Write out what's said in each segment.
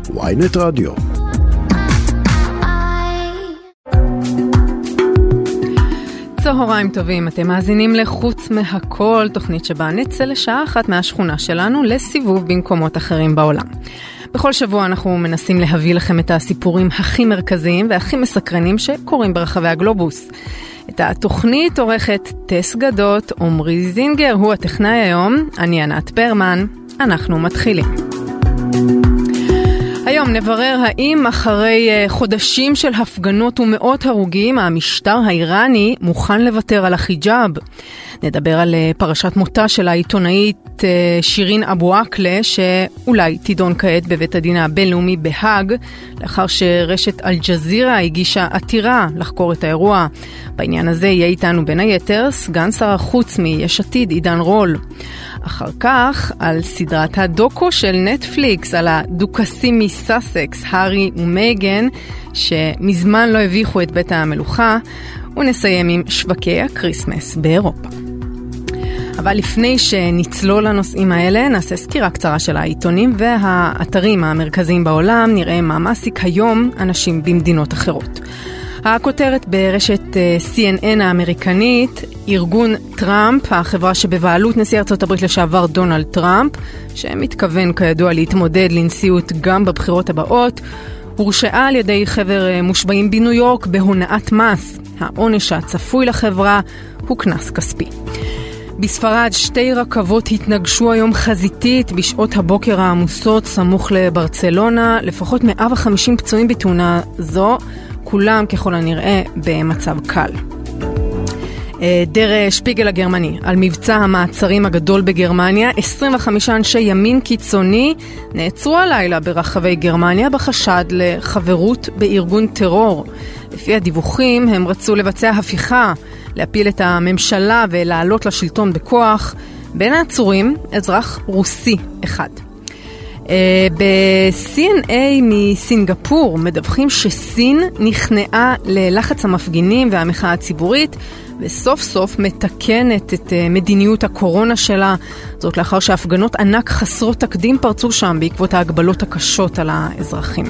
ynet רדיו. צהריים טובים, אתם מאזינים לחוץ מהכל, תוכנית שבה נצא לשעה אחת מהשכונה שלנו לסיבוב במקומות אחרים בעולם. בכל שבוע אנחנו מנסים להביא לכם את הסיפורים הכי מרכזיים והכי מסקרנים שקורים ברחבי הגלובוס. את התוכנית עורכת טס גדות, עומרי זינגר הוא הטכנאי היום, אני ענת ברמן, אנחנו מתחילים. היום נברר האם אחרי חודשים של הפגנות ומאות הרוגים, המשטר האיראני מוכן לוותר על החיג'אב. נדבר על פרשת מותה של העיתונאית שירין אבו עקלה, שאולי תידון כעת בבית הדין הבינלאומי בהאג, לאחר שרשת אל-ג'זירה הגישה עתירה לחקור את האירוע. בעניין הזה יהיה איתנו בין היתר סגן שר החוץ מיש עתיד עידן רול. אחר כך על סדרת הדוקו של נטפליקס על הדוכסים מסאסקס, הארי ומייגן, שמזמן לא הביכו את בית המלוכה, ונסיים עם שווקי הקריסמס באירופה. אבל לפני שנצלול לנושאים האלה, נעשה סקירה קצרה של העיתונים והאתרים המרכזיים בעולם, נראה מה מעסיק היום אנשים במדינות אחרות. הכותרת ברשת CNN האמריקנית, ארגון טראמפ, החברה שבבעלות נשיא ארצות הברית לשעבר דונלד טראמפ, שמתכוון כידוע להתמודד לנשיאות גם בבחירות הבאות, הורשעה על ידי חבר מושבעים בניו יורק בהונאת מס. העונש הצפוי לחברה הוא קנס כספי. בספרד שתי רכבות התנגשו היום חזיתית בשעות הבוקר העמוסות סמוך לברצלונה, לפחות 150 פצועים בתאונה זו, כולם ככל הנראה במצב קל. דר שפיגל הגרמני, על מבצע המעצרים הגדול בגרמניה, 25 אנשי ימין קיצוני נעצרו הלילה ברחבי גרמניה בחשד לחברות בארגון טרור. לפי הדיווחים הם רצו לבצע הפיכה, להפיל את הממשלה ולעלות לשלטון בכוח. בין העצורים אזרח רוסי אחד. ב-CNA מסינגפור מדווחים שסין נכנעה ללחץ המפגינים והמחאה הציבורית וסוף סוף מתקנת את מדיניות הקורונה שלה, זאת לאחר שהפגנות ענק חסרות תקדים פרצו שם בעקבות ההגבלות הקשות על האזרחים.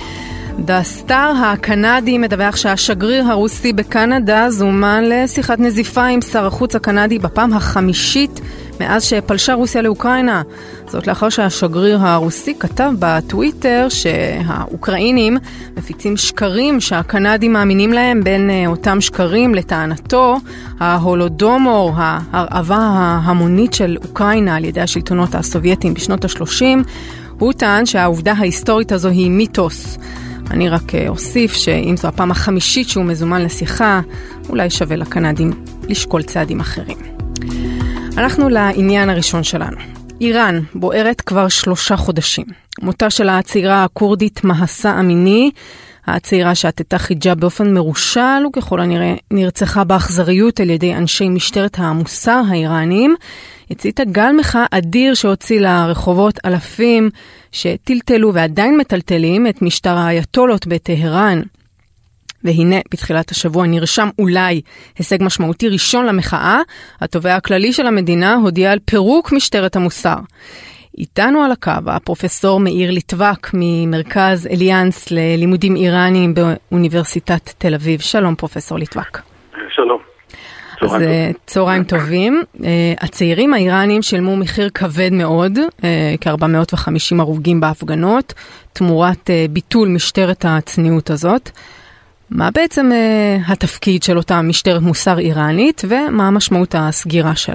דסטאר הקנדי מדווח שהשגריר הרוסי בקנדה זומן לשיחת נזיפה עם שר החוץ הקנדי בפעם החמישית מאז שפלשה רוסיה לאוקראינה. זאת לאחר שהשגריר הרוסי כתב בטוויטר שהאוקראינים מפיצים שקרים שהקנדים מאמינים להם. בין אותם שקרים לטענתו ההולודומור, ההרעבה ההמונית של אוקראינה על ידי השלטונות הסובייטיים בשנות ה-30, הוא טען שהעובדה ההיסטורית הזו היא מיתוס. אני רק אוסיף שאם זו הפעם החמישית שהוא מזומן לשיחה, אולי שווה לקנדים לשקול צעדים אחרים. אנחנו לעניין הראשון שלנו. איראן בוערת כבר 3 חודשים. מותה של הצעירה הקורדית מהסה אמיני, הצעירה שעטתה חיג'אב באופן מרושל, וככל הנראה נרצחה באכזריות על ידי אנשי משטרת המוסר האיראנים, הציתה גל מחאה אדיר שהוציא לרחובות אלפים שטלטלו ועדיין מטלטלים את משטר האייתולות בטהרן. והנה, בתחילת השבוע נרשם אולי הישג משמעותי ראשון למחאה. התובע הכללי של המדינה הודיע על פירוק משטרת המוסר. איתנו על הקו הפרופסור מאיר ליטבק ממרכז אליאנס ללימודים איראניים באוניברסיטת תל אביב. שלום פרופסור ליטבק. שלום. אז צהריים טובים. הצעירים האיראנים שילמו מחיר כבד מאוד, כ-450 הרוגים בהפגנות, תמורת ביטול משטרת הצניעות הזאת. מה בעצם התפקיד של אותה משטרת מוסר איראנית, ומה המשמעות הסגירה שלה?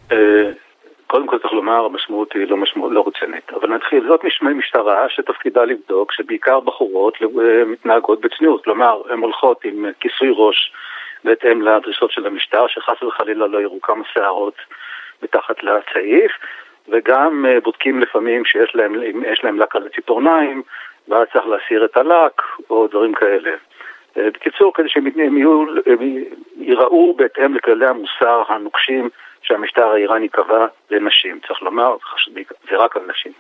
קודם כל צריך לומר, המשמעות היא לא רצינית. אבל נתחיל, זאת משטרה שתפקידה לבדוק שבעיקר בחורות מתנהגות בצניעות. כלומר, הן הולכות עם כיסוי ראש בהתאם לדרישות של המשטר, שחס וחלילה לא יראו כמה שערות מתחת לצעיף, וגם בודקים לפעמים שיש להם לק על הציפורניים, ואז צריך להסיר את הלק או דברים כאלה. בקיצור, כדי שהם ייראו בהתאם לכללי המוסר הנוקשים שהמשטר האיראני קבע לנשים. צריך לומר, זה רק על נשים.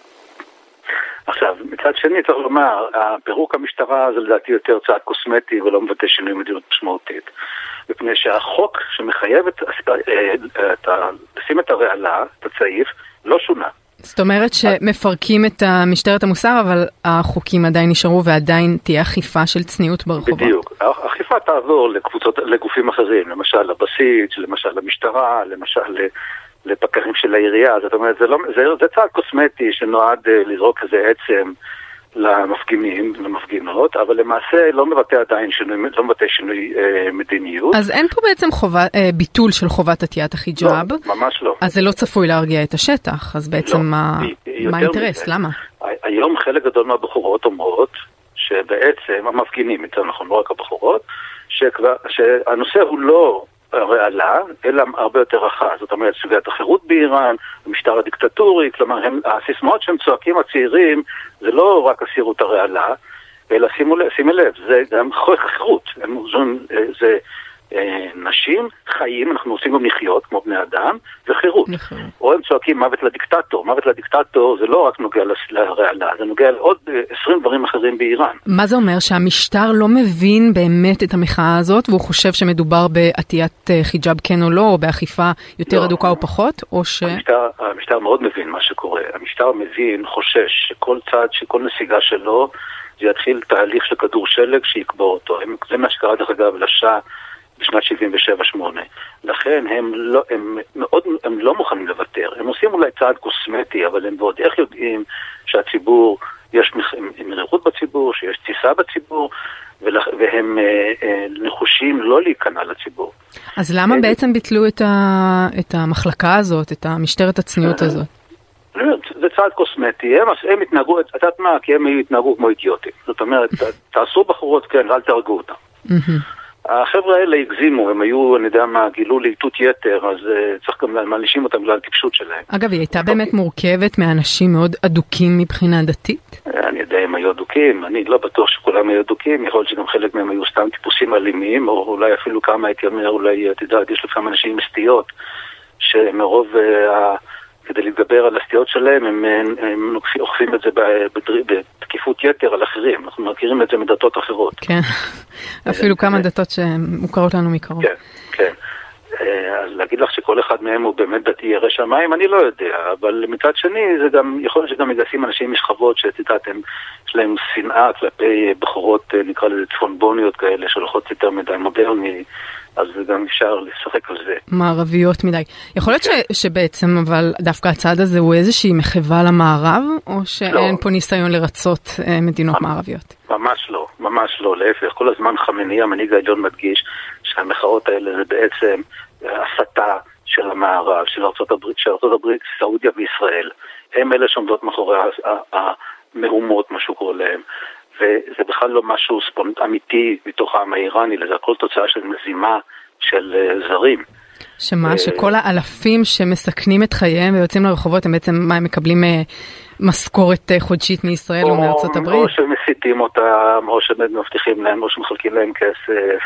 עכשיו, מצד שני צריך לומר, פירוק המשטרה זה לדעתי יותר צעד קוסמטי ולא מבטא שינוי מדיניות משמעותית. מפני שהחוק שמחייב לשים את הרעלה, את הצעיף, לא שונה. זאת אומרת שמפרקים את משטרת המוסר, אבל החוקים עדיין נשארו ועדיין תהיה אכיפה של צניעות ברחובות. בדיוק. האכיפה תעבור לגופים אחרים, למשל לבסיס, למשל למשטרה, למשל לפקחים של העירייה. זאת אומרת, זה צעד קוסמטי שנועד לזרוק איזה עצם למפגינים, למפגינות, אבל למעשה לא מבטא עדיין שינוי מדיניות. אז אין פה בעצם ביטול של חובת עטיית החיג'אב. לא, ממש לא. אז זה לא צפוי להרגיע את השטח, אז בעצם מה האינטרס? למה? היום חלק גדול מהבחורות אומרות שבעצם המפגינים, יותר נכון, לא רק הבחורות, שהנושא הוא לא רעלה, אלא הרבה יותר רחב. זאת אומרת, סוגיית החירות באיראן, המשטר הדיקטטורי, כלומר, הסיסמאות שהם צועקים הצעירים, זה לא רק הסירות הרעלה, אלא שימו לב, זה גם חירות. זה נשים, חיים, אנחנו עושים גם לחיות, כמו בני אדם, וחירות. או הם צועקים מוות לדיקטטור. מוות לדיקטטור זה לא רק נוגע לרעלה, זה נוגע לעוד 20 דברים אחרים באיראן. מה זה אומר? שהמשטר לא מבין באמת את המחאה הזאת, והוא חושב שמדובר בעטיית חיג'אב כן או לא, או באכיפה יותר אדוקה או פחות, או ש... המשטר מאוד מבין מה שקורה. המשטר מבין, חושש, שכל צעד, שכל נסיגה שלו, זה יתחיל תהליך של כדור שלג שיקבור אותו. זה מה שקרה דרך אגב לשעה בשנת 77-8. לכן הם לא מוכנים לוותר. הם עושים אולי צעד קוסמטי, אבל הם ועוד איך יודעים שהציבור, יש מריחות בציבור, שיש תסיסה בציבור, והם נחושים לא להיכנע לציבור. אז למה בעצם ביטלו את המחלקה הזאת, את המשטרת הצניעות הזאת? זה צעד קוסמטי, הם התנהגו, את יודעת מה? כי הם התנהגו כמו אידיוטים. זאת אומרת, תעשו בחורות, כן, אל תהרגו אותם. החבר'ה האלה הגזימו, הם היו, אני יודע מה, גילו לעיתות יתר, אז צריך גם מענישים אותם בגלל הטיפשות שלהם. אגב, היא הייתה באמת מורכבת מאנשים מאוד אדוקים מבחינה דתית? אני יודע אם היו אדוקים, אני לא בטוח שכולם היו אדוקים, יכול להיות שגם חלק מהם היו סתם טיפוסים אלימים, או אולי אפילו כמה הייתי אומר, אולי, את יודעת, יש לכמה אנשים עם סטיות, שמרוב כדי להתגבר על הסטיות שלהם, הם אוכפים את זה בתקיפות יתר על אחרים. אנחנו מכירים את זה מדתות אחרות. כן, אפילו כמה דתות שמוכרות לנו מקרוב. כן, כן. אז להגיד לך שכל אחד מהם הוא באמת דתי ירא שמיים, אני לא יודע, אבל מצד שני, זה גם, יכול להיות שגם מגייסים אנשים משכבות, שתדעתם, יש להם שנאה כלפי בחורות, נקרא לזה צפונבוניות כאלה, שהולכות יותר מדי מודרני, אז גם אפשר לשחק על זה. מערביות מדי. יכול להיות שבעצם, אבל דווקא הצעד הזה הוא איזושהי מחווה למערב, או שאין פה ניסיון לרצות מדינות מערביות? ממש לא, ממש לא, להפך. כל הזמן חמני, המנהיג העליון מדגיש שהמחאות האלה זה בעצם הסתה של המערב, של ארצות הברית, סעודיה וישראל. הם אלה שעומדות מאחורי המהומות, משהו קורא להם. וזה בכלל לא משהו אמיתי מתוך העם האיראני, זה הכל תוצאה של מזימה של זרים. שמה? שכל האלפים שמסכנים את חייהם ויוצאים לרחובות, הם בעצם מה, הם מקבלים משכורת חודשית מישראל או מארצות הברית? או שמסיתים אותם, או שמבטיחים להם, או שמחלקים להם כסף.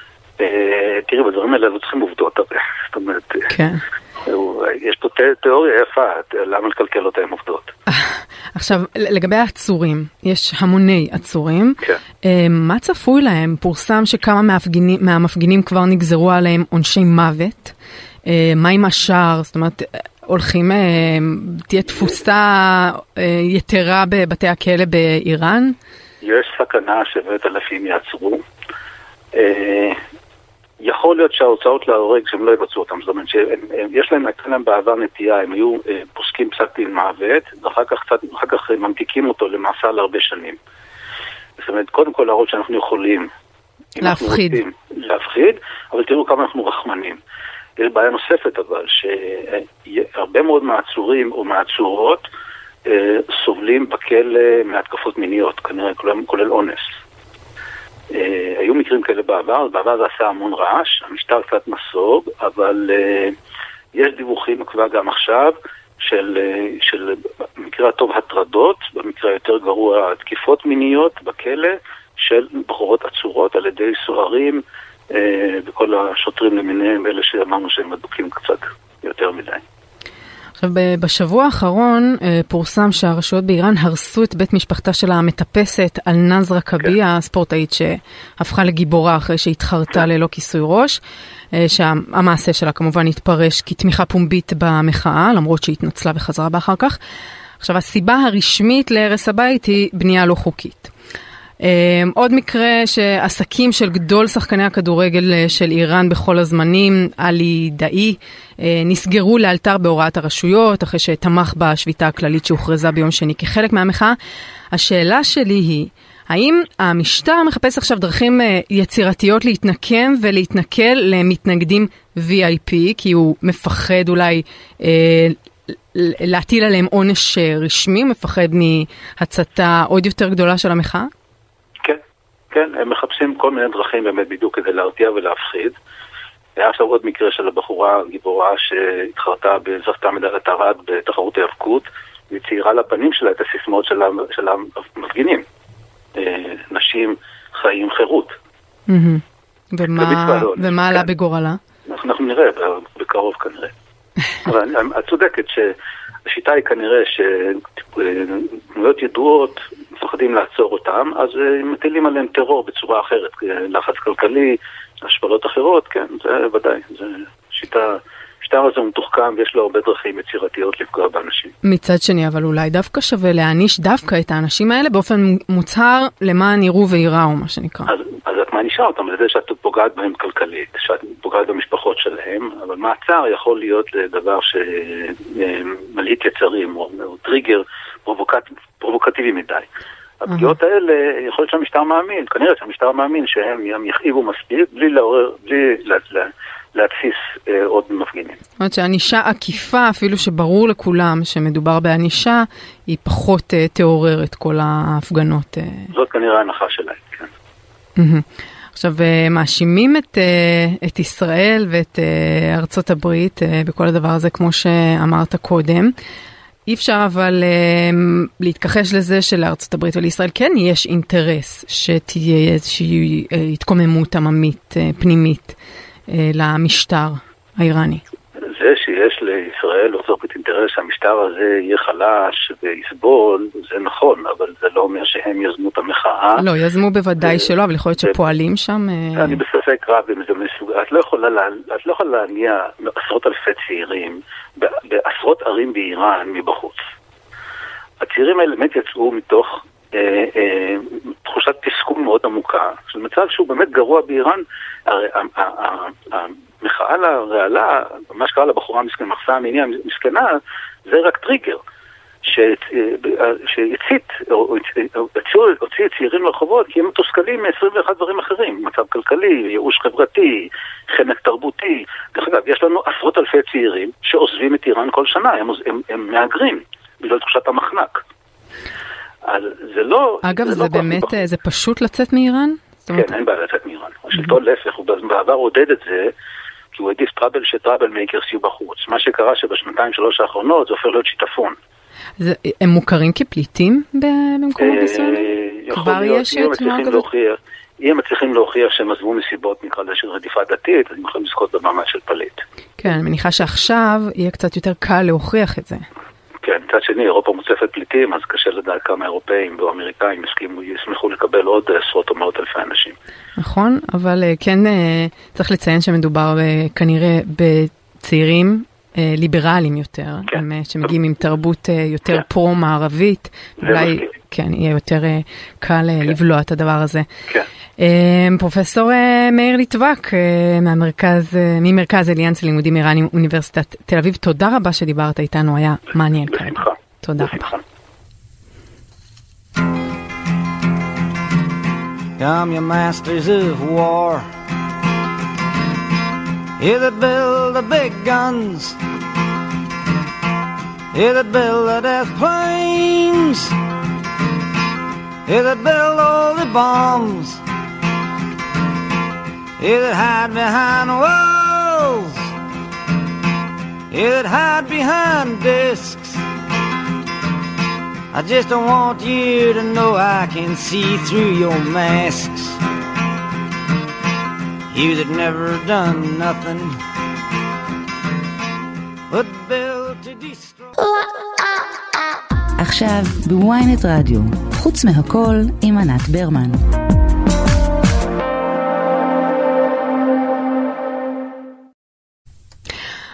תראי, בדברים האלה לא צריכים עובדות הרבה. זאת אומרת, יש פה תיאוריה יפה, למה לקלקל אותה עם עובדות? עכשיו, לגבי העצורים, יש המוני עצורים. מה צפוי להם? פורסם שכמה מהמפגינים כבר נגזרו עליהם עונשי מוות. מה עם השאר? זאת אומרת, הולכים, תהיה תפוסה יתרה בבתי הכלא באיראן? יש סכנה שבאמת אלפים יעצרו. יכול להיות שההוצאות להורג שהם לא יבצעו אותם, זאת אומרת שיש להם בעבר נטייה, הם היו פוסקים פסק דין מוות, ואחר כך ממתיקים אותו למאסר להרבה שנים. זאת אומרת, קודם כל להראות שאנחנו יכולים להפחיד, אבל תראו כמה אנחנו רחמנים. יש בעיה נוספת אבל, שהרבה מאוד מהעצורים או מהעצורות סובלים בכלא מהתקפות מיניות, כנראה כולל אונס. היו מקרים כאלה בעבר זה עשה המון רעש, המשטר קצת מסוג, אבל יש דיווחים כבר גם עכשיו של במקרה הטוב הטרדות, במקרה היותר גרוע תקיפות מיניות בכלא של בחורות עצורות על ידי סוהרים וכל השוטרים למיניהם, אלה שאמרנו שהם מדוקים קצת יותר מדי. עכשיו, בשבוע האחרון פורסם שהרשויות באיראן הרסו את בית משפחתה של המטפסת על נזרה קביה, הספורטאית שהפכה לגיבורה אחרי שהתחרתה ללא כיסוי ראש, שהמעשה שלה כמובן התפרש כתמיכה פומבית במחאה, למרות שהיא התנצלה וחזרה בה אחר כך. עכשיו, הסיבה הרשמית להרס הבית היא בנייה לא חוקית. עוד מקרה שעסקים של גדול שחקני הכדורגל של איראן בכל הזמנים, עלי דאי, נסגרו לאלתר בהוראת הרשויות, אחרי שתמך בשביתה הכללית שהוכרזה ביום שני כחלק מהמחאה. השאלה שלי היא, האם המשטר מחפש עכשיו דרכים יצירתיות להתנקם ולהתנכל למתנגדים VIP, כי הוא מפחד אולי להטיל עליהם עונש רשמי, מפחד מהצתה עוד יותר גדולה של המחאה? כן, הם מחפשים כל מיני דרכים באמת בדיוק כדי להרתיע ולהפחיד. היה עכשיו עוד מקרה של הבחורה גיבורה שהתחרתה בזכתה מדליית ארד בתחרות ההיאבקות, והיא ציירה לפנים שלה את הסיסמאות של המפגינים. נשים, חיים, חירות. ומה עלה בגורלה? אנחנו נראה בקרוב כנראה. אבל את צודקת שהשיטה היא כנראה שדמויות ידועות מפחדים לעצור אותם, אז מטילים עליהם טרור בצורה אחרת, לחץ כלכלי, השפלות אחרות, כן, זה ודאי, זה שיטה, השטר הזה הוא מתוחכם ויש לו הרבה דרכים יצירתיות לפגוע באנשים. מצד שני, אבל אולי דווקא שווה להעניש דווקא את האנשים האלה באופן מוצהר למען יראו ויראו, מה שנקרא. אז את מענישה אותם לזה שאת פוגעת בהם כלכלית, שאת פוגעת במשפחות שלהם, אבל מעצר יכול להיות דבר שמלהיט יצרים או טריגר פרובוקטיבי מדי. הפגיעות האלה, יכול להיות שהמשטר מאמין, כנראה שהמשטר מאמין שהם יכאיבו מספיק בלי להתסיס עוד מפגינים. זאת אומרת שהענישה עקיפה, אפילו שברור לכולם שמדובר בענישה, היא פחות תעורר את כל ההפגנות. זאת כנראה ההנחה שלהם, כן. עכשיו, מאשימים את ישראל ואת ארצות הברית בכל הדבר הזה, כמו שאמרת קודם. אי אפשר אבל להתכחש לזה שלארצות הברית ולישראל כן יש אינטרס שתהיה איזושהי התקוממות עממית פנימית למשטר האיראני. זה שיש לישראל לארצות הברית אינטרס שהמשטר הזה יהיה חלש ויסבול, זה נכון, אבל זה לא אומר שהם יזמו את המחאה. לא, יזמו בוודאי שלא, אבל יכול להיות שפועלים שם. אני בספק רב אם זה מסוג. את לא יכולה להניע עשרות אלפי צעירים בעשרות ערים באיראן מבחוץ. הצעירים האלה באמת יצאו מתוך תחושת תסכול מאוד עמוקה, של מצב שהוא באמת גרוע באיראן. הרי המחאה לרעלה, מה שקרה לבחורה מחסה המיניה מסכנה, זה רק טריגר שיצית, הוציא צעירים לרחובות, כי הם מתוסכלים מ-21 דברים אחרים, מצב כלכלי, ייאוש חברתי, חנק תרבותי. דרך אגב, יש לנו עשרות אלפי צעירים שעוזבים את איראן כל שנה, הם מאגרים בגלל תחושת המחנק. אז זה לא... אגב, זה באמת, זה פשוט לצאת מאיראן? כן, אין בעיה לצאת מאיראן. השלטון להפך, הוא בעבר עודד את זה, כי הוא העדיף שטראבל מייקרס יהיו בחוץ. מה שקרה שבשנתיים שלוש האחרונות זה הופך להיות שיטפון. הם מוכרים כפליטים במקומות מסוימים? כבר יש תנועה כזאת? אם הם מצליחים להוכיח שהם עזבו מסיבות, נקרא לזה של רדיפה דתית, אז הם יכולים לזכות במעמד של פליט. כן, אני מניחה שעכשיו יהיה קצת יותר קל להוכיח את זה. כן, מצד שני, אירופה מוצפת פליטים, אז קשה לדעת כמה אירופאים ואמריקאים ישמחו לקבל עוד עשרות או מאות אלפי אנשים. נכון, אבל כן צריך לציין שמדובר כנראה בצעירים ליברליים יותר, שמגיעים עם תרבות יותר פרו-מערבית, אולי כן, יהיה יותר קל לבלוע את הדבר הזה. כן. פרופסור מאיר ליטבק ממרכז אליאנס ללימודים איראנים אוניברסיטת תל אביב, תודה רבה שדיברת איתנו, היה מעניין כרגע. תודה רבה. Come, you masters of war, you that build the big guns, you that build the death planes, you that build all the bombs, you that hide behind walls, you that hide behind discs. I just don't want you to know I can see through your masks. You that never done nothing but build to destroy. עכשיו בוויינט רדיו, חוץ מהכל עם ענת ברמן.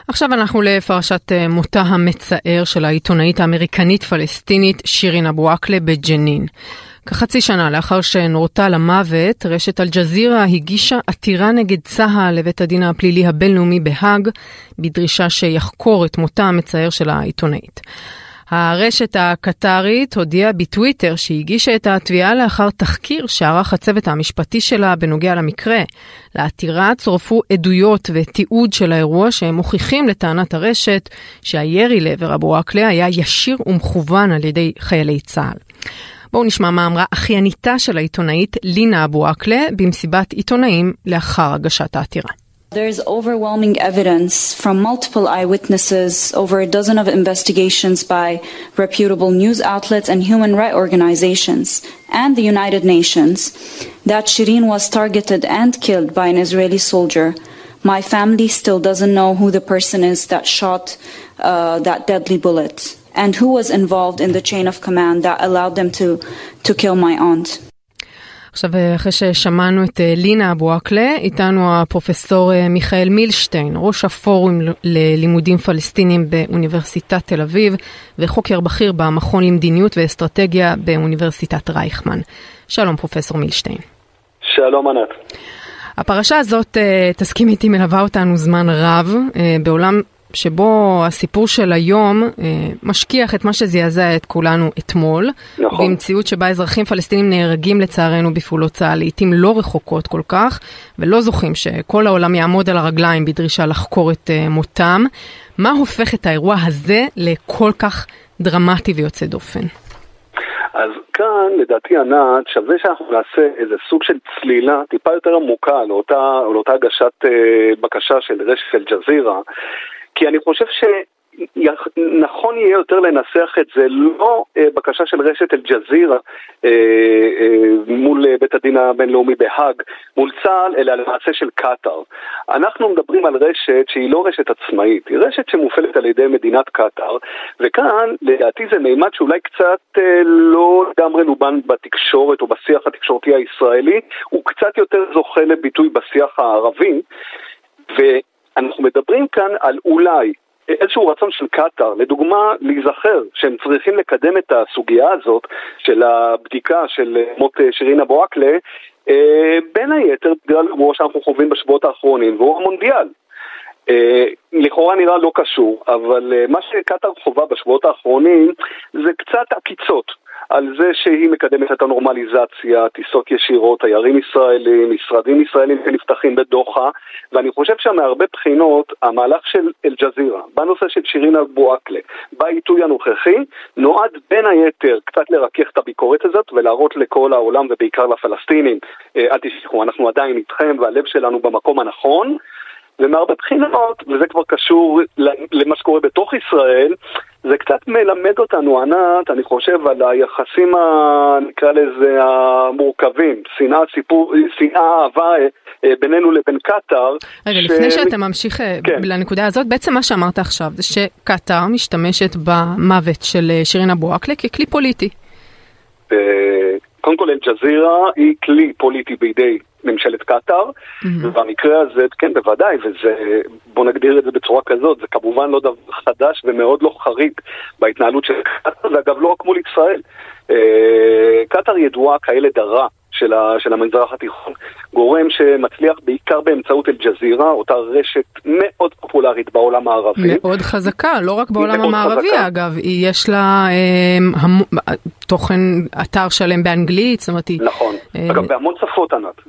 עכשיו אנחנו לפרשת מותה המצער של העיתונאית האמריקנית פלסטינית שירין אבו עקלה בג'נין. כחצי שנה לאחר שנורתה למוות, רשת אל-ג'זירה הגישה עתירה נגד צה"ל לבית הדין הפלילי הבינלאומי בהאג, בדרישה שיחקור את מותה המצער של העיתונאית. הרשת הקטרית הודיעה בטוויטר שהגישה את התביעה לאחר תחקיר שערך הצוות המשפטי שלה בנוגע למקרה. לעתירה צורפו עדויות ותיעוד של האירוע שהם מוכיחים לטענת הרשת שהירי לעבר אבו עקלה היה ישיר ומכוון על ידי חיילי צה"ל. בואו נשמע מה אמרה אחייניתה של העיתונאית לינה אבו עקלה במסיבת עיתונאים לאחר הגשת העתירה. There's overwhelming evidence from multiple eyewitnesses, over a dozen of investigations by reputable news outlets and human rights organizations and the United Nations, that Shireen was targeted and killed by an Israeli soldier. My family still doesn't know who the person is that shot that deadly bullet and who was involved in the chain of command that allowed them to kill my aunt. עכשיו, אחרי ששמענו את לינה אבו עקלה, איתנו הפרופסור מיכאל מילשטיין, ראש הפורום ללימודים פלסטינים באוניברסיטת תל אביב, וחוקר בכיר במכון למדיניות ואסטרטגיה באוניברסיטת רייכמן. שלום פרופסור מילשטיין. שלום ענת. הפרשה הזאת, תסכים איתי, מלווה אותנו זמן רב, בעולם שבו הסיפור של היום משכיח את מה שזעזע את כולנו אתמול, נכון. במציאות שבה אזרחים פלסטינים נהרגים לצערנו בפעולות צה"ל, לעתים לא רחוקות כל כך, ולא זוכים שכל העולם יעמוד על הרגליים בדרישה לחקור את מותם. מה הופך את האירוע הזה לכל כך דרמטי ויוצא דופן? אז כאן, לדעתי ענת, שווה שאנחנו נעשה איזה סוג של צלילה טיפה יותר עמוקה לאותה הגשת בקשה של רשת אל-ג'זירה, כי אני חושב שנכון יהיה יותר לנסח את זה לא בקשה של רשת אל-ג'זירה מול בית הדין הבינלאומי בהאג, מול צה"ל, אלא למעשה של קטר. אנחנו מדברים על רשת שהיא לא רשת עצמאית, היא רשת שמופעלת על ידי מדינת קטר, וכאן לדעתי זה מימד שאולי קצת לא לגמרי לובן בתקשורת או בשיח התקשורתי הישראלי, הוא קצת יותר זוכה לביטוי בשיח הערבי, אנחנו מדברים כאן על אולי איזשהו רצון של קטר, לדוגמה להיזכר שהם צריכים לקדם את הסוגיה הזאת של הבדיקה של מות שירין אבו עקלה, בין היתר בגלל אירוע שאנחנו חווים בשבועות האחרונים, והוא המונדיאל. לכאורה נראה לא קשור, אבל מה שקטר חובה בשבועות האחרונים זה קצת עקיצות. על זה שהיא מקדמת את הנורמליזציה, טיסות ישירות, תיירים ישראלים, משרדים ישראלים שנפתחים בדוחה, ואני חושב שמהרבה בחינות, המהלך של אל-ג'זירה, בנושא של שירין אבו עקלה, בעיתוי הנוכחי, נועד בין היתר קצת לרכך את הביקורת הזאת, ולהראות לכל העולם ובעיקר לפלסטינים, אל תשכחו, אנחנו עדיין איתכם, והלב שלנו במקום הנכון, ומהרבה בחינות, וזה כבר קשור למה שקורה בתוך ישראל, זה קצת מלמד אותנו, ענת, אני חושב, על היחסים, נקרא לזה, המורכבים, שנאה, אהבה בינינו לבין קטר. רגע, לפני שאתה ממשיך לנקודה הזאת, בעצם מה שאמרת עכשיו, זה שקטר משתמשת במוות של שירין אבו עקלה ככלי פוליטי. קודם כל, אל-ג'זירה היא כלי פוליטי בידי ממשלת קטר, ובמקרה הזה, כן, בוודאי, וזה, בוא נגדיר את זה בצורה כזאת, זה כמובן לא דבר חדש ומאוד לא חריג בהתנהלות של קטר, ואגב לא רק מול ישראל. קטר ידועה כילד הרע של המזרח התיכון, גורם שמצליח בעיקר באמצעות אל-ג'זירה, אותה רשת מאוד פופולרית בעולם הערבי. מאוד חזקה, לא רק בעולם המערבי אגב, יש לה תוכן אתר שלם באנגלית, זאת אומרת... נכון, אגב בהמון שפות ענת,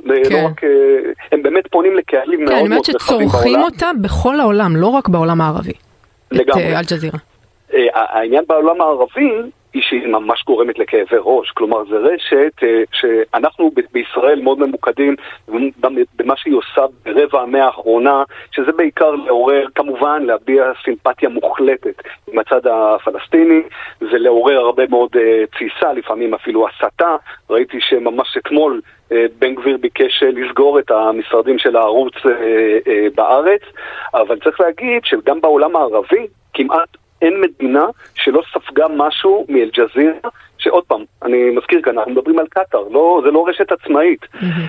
הם באמת פונים לקהלים מאוד מאוד רחבים בעולם. אני אומרת שצורכים אותה בכל העולם, לא רק בעולם הערבי, את אל-ג'זירה. העניין בעולם הערבי היא שהיא ממש גורמת לכאבי ראש, כלומר זה רשת שאנחנו בישראל מאוד ממוקדים במה שהיא עושה ברבע המאה האחרונה, שזה בעיקר לעורר, כמובן להביע סימפתיה מוחלטת עם הצד הפלסטיני, ולעורר הרבה מאוד תסיסה, לפעמים אפילו הסתה. ראיתי שממש אתמול בן גביר ביקש לסגור את המשרדים של הערוץ בארץ, אבל צריך להגיד שגם בעולם הערבי כמעט אין מדינה שלא ספגה משהו מאל-ג'זירה שעוד פעם, אני מזכיר כאן, אנחנו מדברים על קטר, זה לא רשת עצמאית.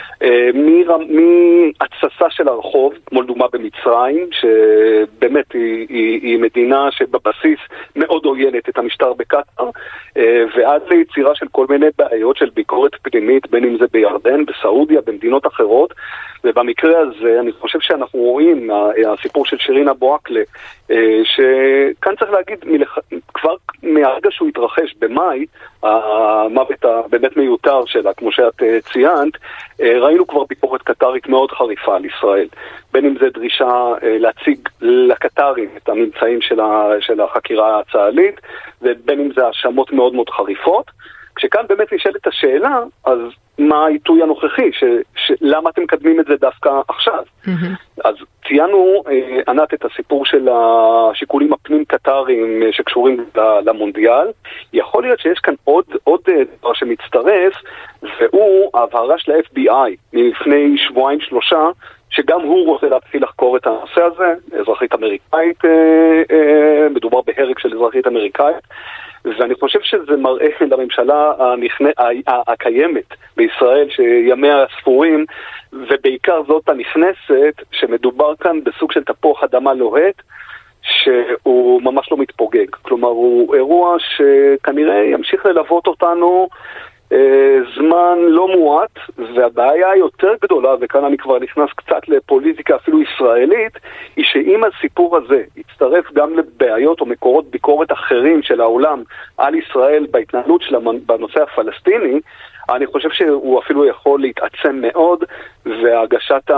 מהתססה של הרחוב, כמו לדוגמה במצרים, שבאמת היא מדינה שבבסיס מאוד עוינת את המשטר בקטר, ועד ליצירה של כל מיני בעיות של ביקורת פנימית, בין אם זה בירדן, בסעודיה, במדינות אחרות, ובמקרה הזה אני חושב שאנחנו רואים, הסיפור של שירין אבו עקלה, שכאן צריך להגיד, כבר מהרגע שהוא התרחש במאי, המוות הבאמת מיותר שלה, כמו שאת ציינת, ראינו כבר ביקורת קטרית מאוד חריפה על ישראל. בין אם זה דרישה להציג לקטרים את הממצאים של החקירה הצה"לית, ובין אם זה האשמות מאוד מאוד חריפות. כשכאן באמת נשאלת השאלה, אז מה העיתוי הנוכחי? למה אתם מקדמים את זה דווקא עכשיו? אז ציינו, ענת, את הסיפור של השיקולים הפנים קטריים שקשורים למונדיאל. יכול להיות שיש כאן עוד דבר שמצטרף, והוא העברה של ה-FBI מלפני שבועיים-שלושה, שגם הוא רוצה להתחיל לחקור את הנושא הזה, אזרחית אמריקאית, מדובר בהרג של אזרחית אמריקאית, ואני חושב שזה מראה לממשלה הקיימת בישראל, שימיה ספורים, ובעיקר זאת הנכנסת, שמדובר כאן בסוג של תפוח אדמה לוהט, שהוא ממש לא מתפוגג. כלומר, הוא אירוע שכנראה ימשיך ללוות אותנו זמן לא מועט, והבעיה היותר גדולה, וכאן אני כבר נכנס קצת לפוליטיקה אפילו ישראלית, היא שאם הסיפור הזה יצטרף גם לבעיות או מקורות ביקורת אחרים של העולם על ישראל בהתנהלות שלה בנושא הפלסטיני, אני חושב שהוא אפילו יכול להתעצם מאוד, והגשת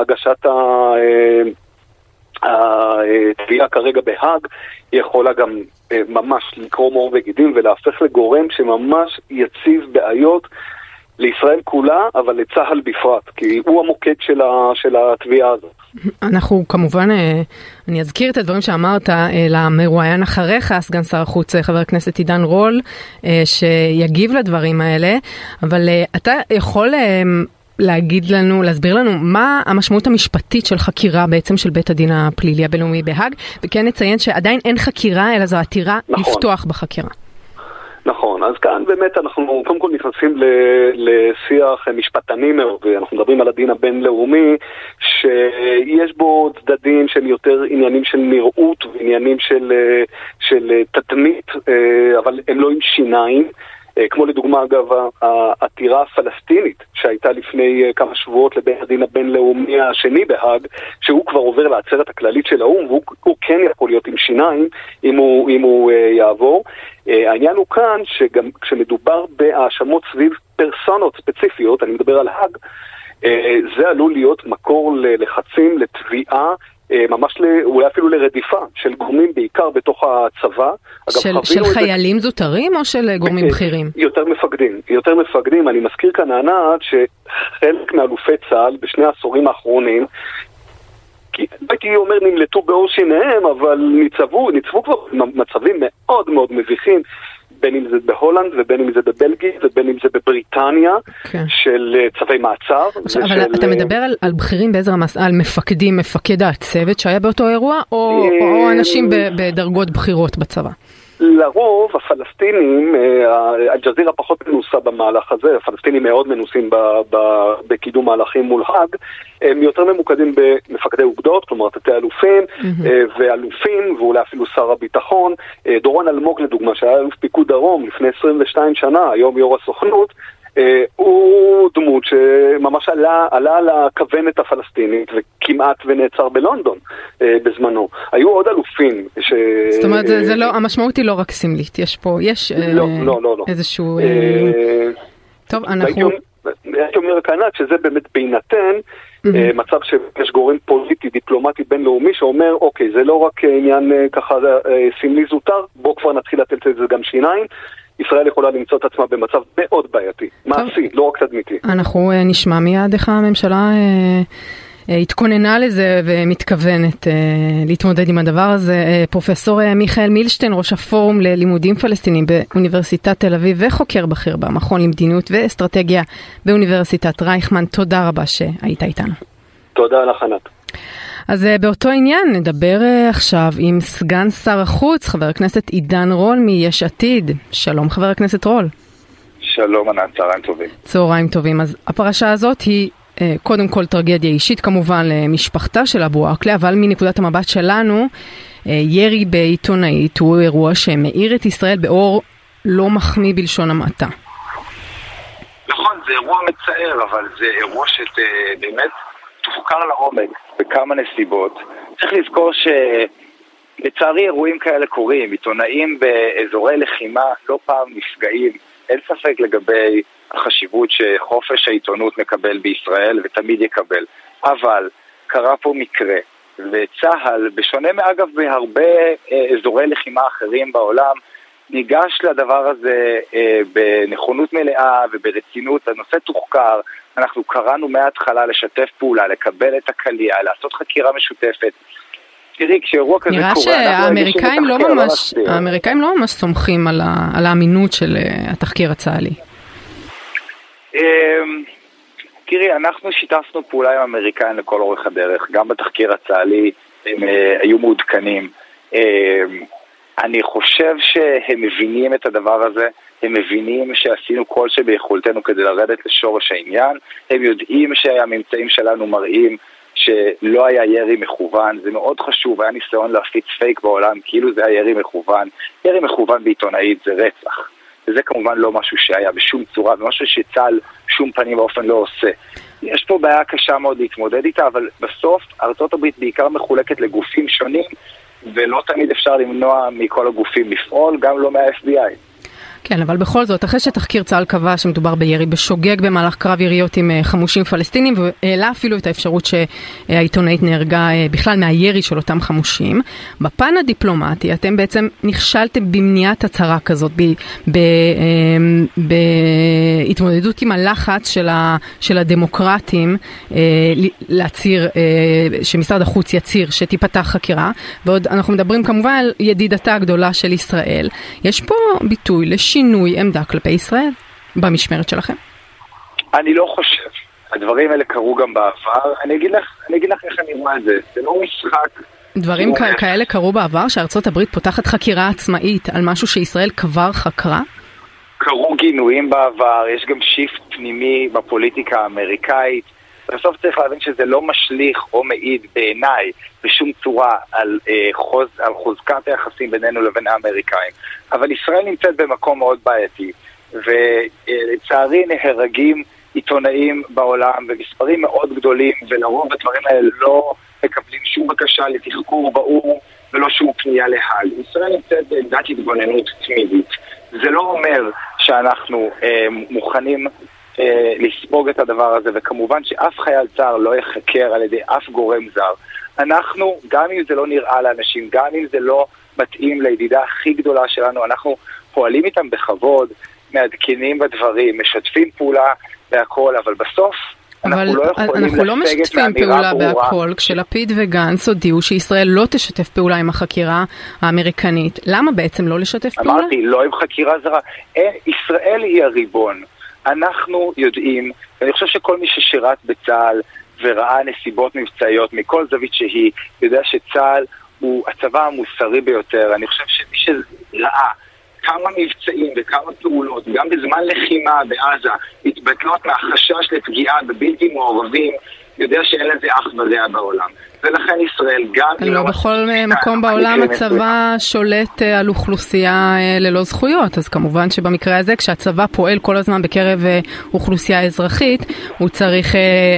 התביעה כרגע בהאג יכולה גם ממש לקרוא מאור וגידים ולהפך לגורם שממש יציב בעיות לישראל כולה, אבל לצהל בפרט, כי הוא המוקד של התביעה הזאת. אנחנו כמובן, אני אזכיר את הדברים שאמרת למרואיין אחריך, סגן שר החוץ חבר הכנסת עידן רול, שיגיב לדברים האלה, אבל אתה יכול להסביר לנו מה המשמעות המשפטית של חקירה בעצם של בית הדין הפלילי הבינלאומי בהאג, וכן נציין שעדיין אין חקירה, אלא זו עתירה לפתוח בחקירה. נכון, אז כאן באמת אנחנו קודם כל נכנסים לשיח משפטני מאוד, ואנחנו מדברים על הדין הבינלאומי, שיש בו צדדים שהם יותר עניינים של נראות, ועניינים של תדמית, אבל הם לא עם שיניים, כמו לדוגמה אגב העתירה הפלסטינית שהייתה לפני כמה שבועות לבית הדין הבינלאומי השני בהאג, שהוא כבר עובר לעצרת הכללית של האו"ם, והוא כן יכול להיות עם שיניים אם הוא יעבור. העניין הוא כאן שגם כשמדובר בהאשמות סביב פרסונות ספציפיות, אני מדבר על האג, זה עלול להיות מקור ללחצים, לתביעה, ממש אולי אפילו לרדיפה של גורמים בעיקר בתוך הצבא. של חיילים זוטרים או של גורמים בכירים? יותר מפקדים. אני מזכיר כאן ענת שחלק מאלופי צה"ל בשני העשורים האחרונים, הייתי אומר נמלטו באור שיניהם, אבל ניצבו כבר מצבים מאוד מאוד מביכים, בין אם זה בהולנד ובין אם זה בבלגיה ובין אם זה בבריטניה, של צווי מעצר. אבל אתה מדבר על בכירים באיזה רמה, על מפקדים, מפקד הצוות שהיה באותו אירוע, או אנשים בדרגות בכירות בצבא? לרוב הפלסטינים, אל-ג'זירה פחות מנוסה במהלך הזה, הפלסטינים מאוד מנוסים בקידום מהלכים מול האג, הם יותר ממוקדים במפקדי אוגדות, כלומר תתי אלופים ואלופים, ואולי אפילו שר הביטחון. דורון אלמוג לדוגמה, שהיה אלוף פיקוד דרום לפני 22 שנה, היום יו"ר הסוכנות, הוא דמות שממש עלה לכוונת הפלסטינית וכמעט ונעצר בלונדון בזמנו. היו עוד אלופים זאת אומרת, המשמעות היא לא רק סמלית, יש איזשהו טוב, אנחנו הייתי אומר כאנת שזה באמת בהינתן מצב שיש גורם פוליטי, דיפלומטי בינלאומי שאומר, אוקיי, זה לא רק עניין ככה סמלי זוטר, בוא כבר נתחיל לתת את זה גם שיניים. ישראל יכולה למצוא את עצמה במצב מאוד בעייתי, מעשי, לא רק תדמיתי. אנחנו נשמע מיד איך הממשלה התכוננה לזה ומתכוונת להתמודד עם הדבר הזה. פרופסור מיכאל מילשטיין, ראש הפורום ללימודים פלסטינים באוניברסיטת תל אביב וחוקר בכיר במכון למדיניות ואסטרטגיה באוניברסיטת רייכמן, תודה רבה שהיית איתנו. תודה לך ענת. אז באותו עניין נדבר עכשיו עם סגן שר החוץ, חבר הכנסת עידן רול מיש עתיד. שלום חבר הכנסת רול. שלום ענת, צהריים טובים. צהריים טובים. אז הפרשה הזאת היא קודם כל טרגדיה אישית כמובן למשפחתה של אבו עקלה, אבל מנקודת המבט שלנו, ירי בעיתונאית הוא אירוע שמאיר את ישראל באור לא מחמיא בלשון המעטה. נכון, זה אירוע מצער, אבל זה אירוע שבאמת תוחקר לעומק בכמה נסיבות. צריך לזכור שלצערי אירועים כאלה קורים, עיתונאים באזורי לחימה לא פעם נפגעים. אין ספק לגבי החשיבות שחופש העיתונות מקבל בישראל ותמיד יקבל. אבל קרה פה מקרה, וצהל, בשונה מאגב בהרבה אזורי לחימה אחרים בעולם, ניגש לדבר הזה בנכונות מלאה וברצינות. הנושא תוחקר, אנחנו קראנו מההתחלה לשתף פעולה, לקבל את הקליעה, לעשות חקירה משותפת. תראי, כשאירוע כזה קורה, נראה שהאמריקאים לא ממש סומכים על האמינות של התחקיר הצה"לי. תראי, אנחנו שיתפנו פעולה עם האמריקאים לכל אורך הדרך, גם בתחקיר הצה"לי הם היו מעודכנים. אני חושב שהם מבינים את הדבר הזה, הם מבינים שעשינו כל שביכולתנו כדי לרדת לשורש העניין, הם יודעים שהממצאים שלנו מראים שלא היה ירי מכוון. זה מאוד חשוב, היה ניסיון להפיץ פייק בעולם כאילו זה היה ירי מכוון. ירי מכוון בעיתונאית זה רצח, וזה כמובן לא משהו שהיה בשום צורה, ומשהו שצה"ל שום פנים באופן לא עושה. יש פה בעיה קשה מאוד להתמודד איתה, אבל בסוף ארצות הברית בעיקר מחולקת לגופים שונים, ולא תמיד אפשר למנוע מכל הגופים לפעול, גם לא מה-FBI. כן, אבל בכל זאת, אחרי שתחקיר צה"ל קבע שמדובר בירי בשוגג במהלך קרב יריות עם חמושים פלסטינים, והעלה אפילו את האפשרות שהעיתונאית נהרגה בכלל מהירי של אותם חמושים, בפן הדיפלומטי אתם בעצם נכשלתם במניעת הצהרה כזאת, בהתמודדות עם הלחץ של הדמוקרטים להצהיר, שמשרד החוץ יצהיר שתיפתח חקירה, ועוד אנחנו מדברים כמובן על ידידתה הגדולה של ישראל. יש פה ביטוי שינוי עמדה כלפי ישראל במשמרת שלכם? אני לא חושב. הדברים האלה קרו גם בעבר. אני אגיד לך איך אני רואה את זה. זה לא משחק. דברים כאלה קרו בעבר, שארצות הברית פותחת חקירה עצמאית על משהו שישראל כבר חקרה? קרו גינויים בעבר, יש גם שיפט פנימי בפוליטיקה האמריקאית. בסוף צריך להבין שזה לא משליך או מעיד בעיניי בשום צורה על חוזקת היחסים בינינו לבין האמריקאים. אבל ישראל נמצאת במקום מאוד בעייתי, ולצערי נהרגים עיתונאים בעולם במספרים מאוד גדולים, ולרוב הדברים האלה לא מקבלים שום בקשה לתחקור באו"ם ולא שום פנייה להאג. ישראל נמצאת בעמדת התגוננות תמידית. זה לא אומר שאנחנו מוכנים לספוג את הדבר הזה, וכמובן שאף חייל צה"ל לא יחקר על ידי אף גורם זר. אנחנו, גם אם זה לא נראה לאנשים, גם אם זה לא מתאים לידידה הכי גדולה שלנו, אנחנו פועלים איתם בכבוד, מעדכנים בדברים, משתפים פעולה בהכל, אבל בסוף אנחנו לא יכולים אנחנו לא משתפים פעולה בהכל, כשלפיד וגנץ הודיעו שישראל לא תשתף פעולה עם החקירה האמריקנית. למה בעצם לא לשתף פעולה? אמרתי, לא עם חקירה זרה. ישראל היא הריבון. אנחנו יודעים, ואני חושב שכל מי ששירת בצה"ל וראה נסיבות מבצעיות מכל זווית שהיא, יודע שצה"ל הוא הצבא המוסרי ביותר. אני חושב שמי שראה כמה מבצעים וכמה פעולות, גם בזמן לחימה בעזה, התבטלות מהחשש לפגיעה בבלתי מעורבים, יודע שאין לזה אח ורע בעולם. ולכן ישראל גם... לא בכל מקום בעולם הצבא שולט על אוכלוסייה ללא זכויות, אז כמובן שבמקרה הזה כשהצבא פועל כל הזמן בקרב אוכלוסייה אזרחית, הוא צריך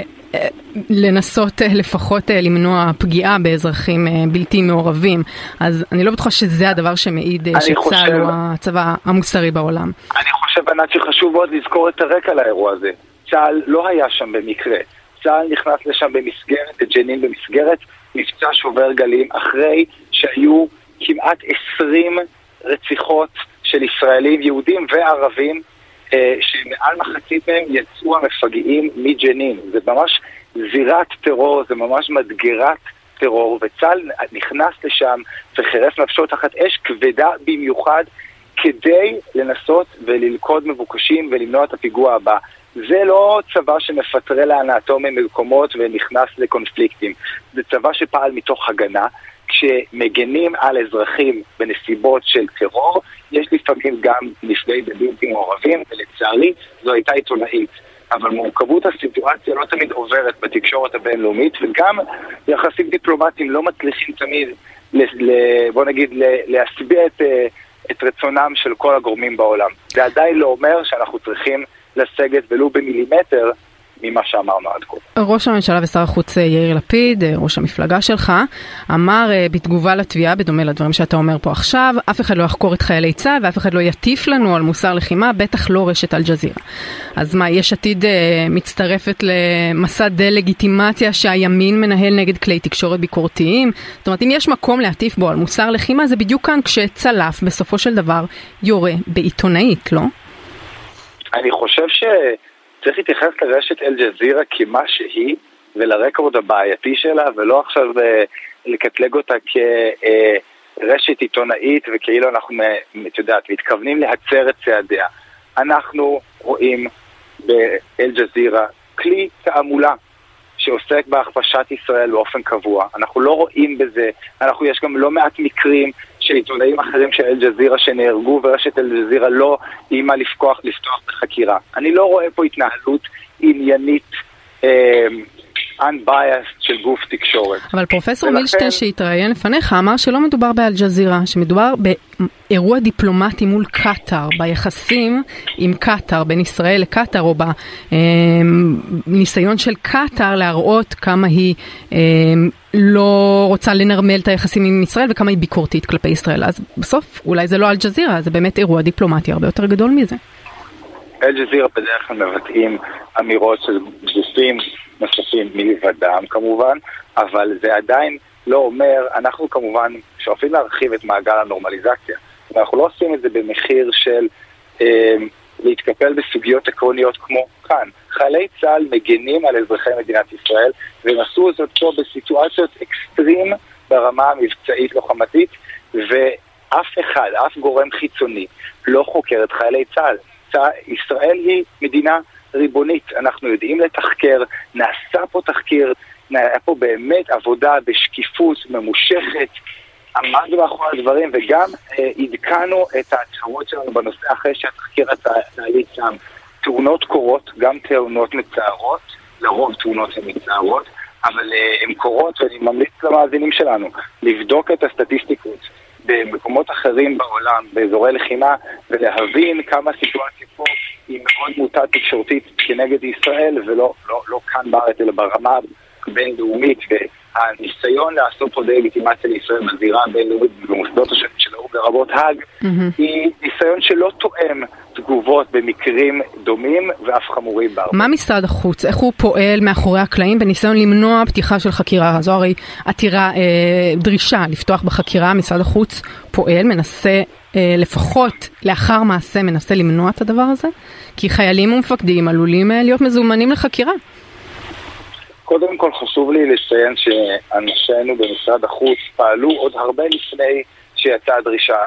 לנסות לפחות למנוע פגיעה באזרחים בלתי מעורבים. אז אני לא בטוחה שזה הדבר שמעיד שצה"ל הוא הצבא המוסרי בעולם. אני חושב, ענת, שחשוב מאוד לזכור את הרקע לאירוע הזה. צה"ל לא היה שם במקרה. צה"ל נכנס לשם במסגרת, בג'נין במסגרת מבצע שובר גלים, אחרי שהיו כמעט 20 רציחות של ישראלים, יהודים וערבים, שמעל מחצית מהם יצאו המפגעים מג'נין. זה ממש זירת טרור, זה ממש מדגרת טרור, וצה"ל נכנס לשם וחירף נפשו תחת אש כבדה במיוחד כדי לנסות וללכוד מבוקשים ולמנוע את הפיגוע הבא. זה לא צבא שמפטרה להנאתו ממקומות ונכנס לקונפליקטים. זה צבא שפעל מתוך הגנה, כשמגנים על אזרחים בנסיבות של טרור, יש לפעמים גם נפגעי בלתי מעורבים, ולצערי זו הייתה עיתונאית. אבל מורכבות הסיטואציה לא תמיד עוברת בתקשורת הבינלאומית, וגם יחסים דיפלומטיים לא מצליחים תמיד, בוא נגיד, להסביע את רצונם של כל הגורמים בעולם. זה עדיין לא אומר שאנחנו צריכים לסגת ולו במילימטר ממה שאמרנו עד כה. ראש הממשלה ושר החוץ יאיר לפיד, ראש המפלגה שלך, אמר בתגובה לתביעה, בדומה לדברים שאתה אומר פה עכשיו, אף אחד לא יחקור את חיילי צה"ל ואף אחד לא יטיף לנו על מוסר לחימה, בטח לא רשת אל-ג'זירה. אז מה, יש עתיד מצטרפת למסע דה-לגיטימציה שהימין מנהל נגד כלי תקשורת ביקורתיים? זאת אומרת, אם יש מקום להטיף בו על מוסר לחימה, זה בדיוק כאן כשצלף בסופו של דבר יורה בעיתונאית, לא? אני חושב צריך להתייחס לרשת אל-ג'זירה כמה שהיא, ולרקורד הבעייתי שלה, ולא עכשיו לקטלג אותה כרשת עיתונאית, וכאילו אנחנו, מתכוונים להצר את צעדיה. אנחנו רואים באל-ג'זירה כלי תעמולה, שעוסק בהכפשת ישראל באופן קבוע. אנחנו לא רואים בזה, יש גם לא מעט מקרים של עיתונאים אחרים של אל-ג'זירה שנהרגו, ורשת אל-ג'זירה לא אימה לפתוח בחקירה. אני לא רואה פה התנהלות עניינית, unbiased של גוף תקשורת. אבל פרופסור מילשטיין שהתראיין לפניך אמר שלא מדובר באל-ג'זירה, שמדובר באירוע דיפלומטי מול קטר, ביחסים עם קטר, בין ישראל לקטר, או בניסיון של קטר להראות כמה היא לא רוצה לנרמל את היחסים עם ישראל וכמה היא ביקורתית כלפי ישראל. אז בסוף אולי זה לא אל-ג'זירה, זה באמת אירוע דיפלומטי הרבה יותר גדול מזה. אל-ג'זירה בדרך כלל מבטאים אמירות של גופים נוספים מלבדם כמובן, אבל זה עדיין לא אומר, אנחנו כמובן שואפים להרחיב את מעגל הנורמליזציה. אנחנו לא עושים את זה במחיר של להתקפל בסוגיות עקרוניות כמו כאן. חיילי צה"ל מגנים על אזרחי מדינת ישראל, והם עשו זאת פה בסיטואציות אקסטרים ברמה המבצעית לוחמתית, אף גורם חיצוני לא חוקר את חיילי צה"ל. ישראל היא מדינה ריבונית, אנחנו יודעים לתחקר, נעשה פה תחקיר, היה פה באמת עבודה בשקיפות ממושכת, עמדנו מאחורי הדברים, וגם עדכנו את ההצהרות שלנו בנושא אחרי שהתחקיר התהליך שם. תאונות קורות, גם תאונות מצערות, לרוב תאונות הן מצערות, אבל הן קורות, ואני ממליץ למאזינים שלנו לבדוק את הסטטיסטיקות במקומות אחרים בעולם, באזורי לחימה, ולהבין כמה הסיטואציה פה היא מאוד מוטה תקשורתית כנגד ישראל, ולא לא כאן בארץ, אלא ברמה בינלאומית, והניסיון לעשות פה דה-לגיטימציה לישראל בזירה הבינלאומית במוסדות השונים של האו"ם לרבות האג, היא ניסיון שלא תואם תגובות במקרים דומים ואף חמורים בהרבה. מה משרד החוץ? איך הוא פועל מאחורי הקלעים בניסיון למנוע פתיחה של חקירה? זו הרי עתירה, דרישה לפתוח בחקירה. משרד החוץ פועל, מנסה לפחות לאחר מעשה, מנסה למנוע את הדבר הזה? כי חיילים ומפקדים עלולים להיות מזומנים לחקירה. קודם כל חשוב לי לציין שאנשינו במשרד החוץ פעלו עוד הרבה לפני שיצאה הדרישה.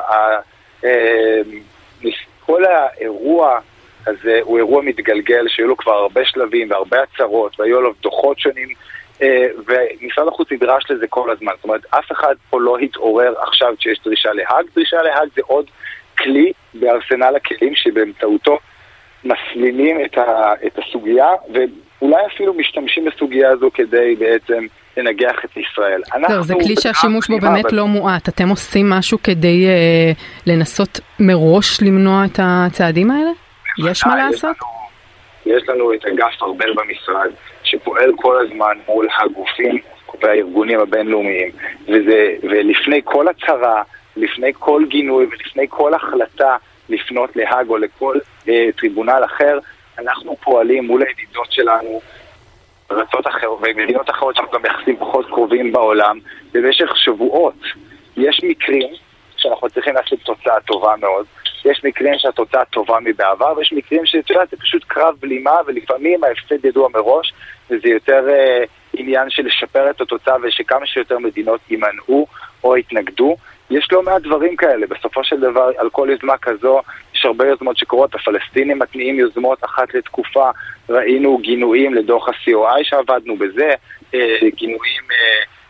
כל האירוע הזה הוא אירוע מתגלגל שהיו לו כבר הרבה שלבים והרבה הצהרות והיו לו דוחות שונים, ומשרד החוץ נדרש לזה כל הזמן. זאת אומרת, אף אחד פה לא התעורר עכשיו שיש דרישה להאג. דרישה להאג זה עוד כלי בארסנל הכלים שבאמצעותו מסלילים את הסוגיה, ואולי אפילו משתמשים בסוגיה הזו כדי בעצם לנגח את ישראל. זה כלי שהשימוש בו באמת לא מועט. אתם עושים משהו כדי לנסות מראש למנוע את הצעדים האלה? יש מה לעשות? יש לנו את אגף ארבל במשרד, שפועל כל הזמן מול הגופים והארגונים הבינלאומיים, ולפני כל הצהרה, לפני כל גינוי ולפני כל החלטה לפנות להאג או לכל טריבונל אחר, אנחנו פועלים מול הידידות שלנו, ארצות אחרות ומדינות אחרות שאנחנו גם יחסים פחות קרובים בעולם, במשך שבועות. יש מקרים שאנחנו צריכים לעשות תוצאה טובה מאוד, יש מקרים שהתוצאה טובה מבעבר, ויש מקרים זה פשוט קרב בלימה, ולפעמים ההפסד ידוע מראש, וזה יותר עניין של לשפר את התוצאה, ושכמה שיותר מדינות יימנעו או יתנגדו. יש לא מעט דברים כאלה. בסופו של דבר, על כל יוזמה כזו, יש הרבה יוזמות שקורות. הפלסטינים מתניעים יוזמות אחת לתקופה. ראינו גינויים לדוח ה-COI שעבדנו בזה, גינויים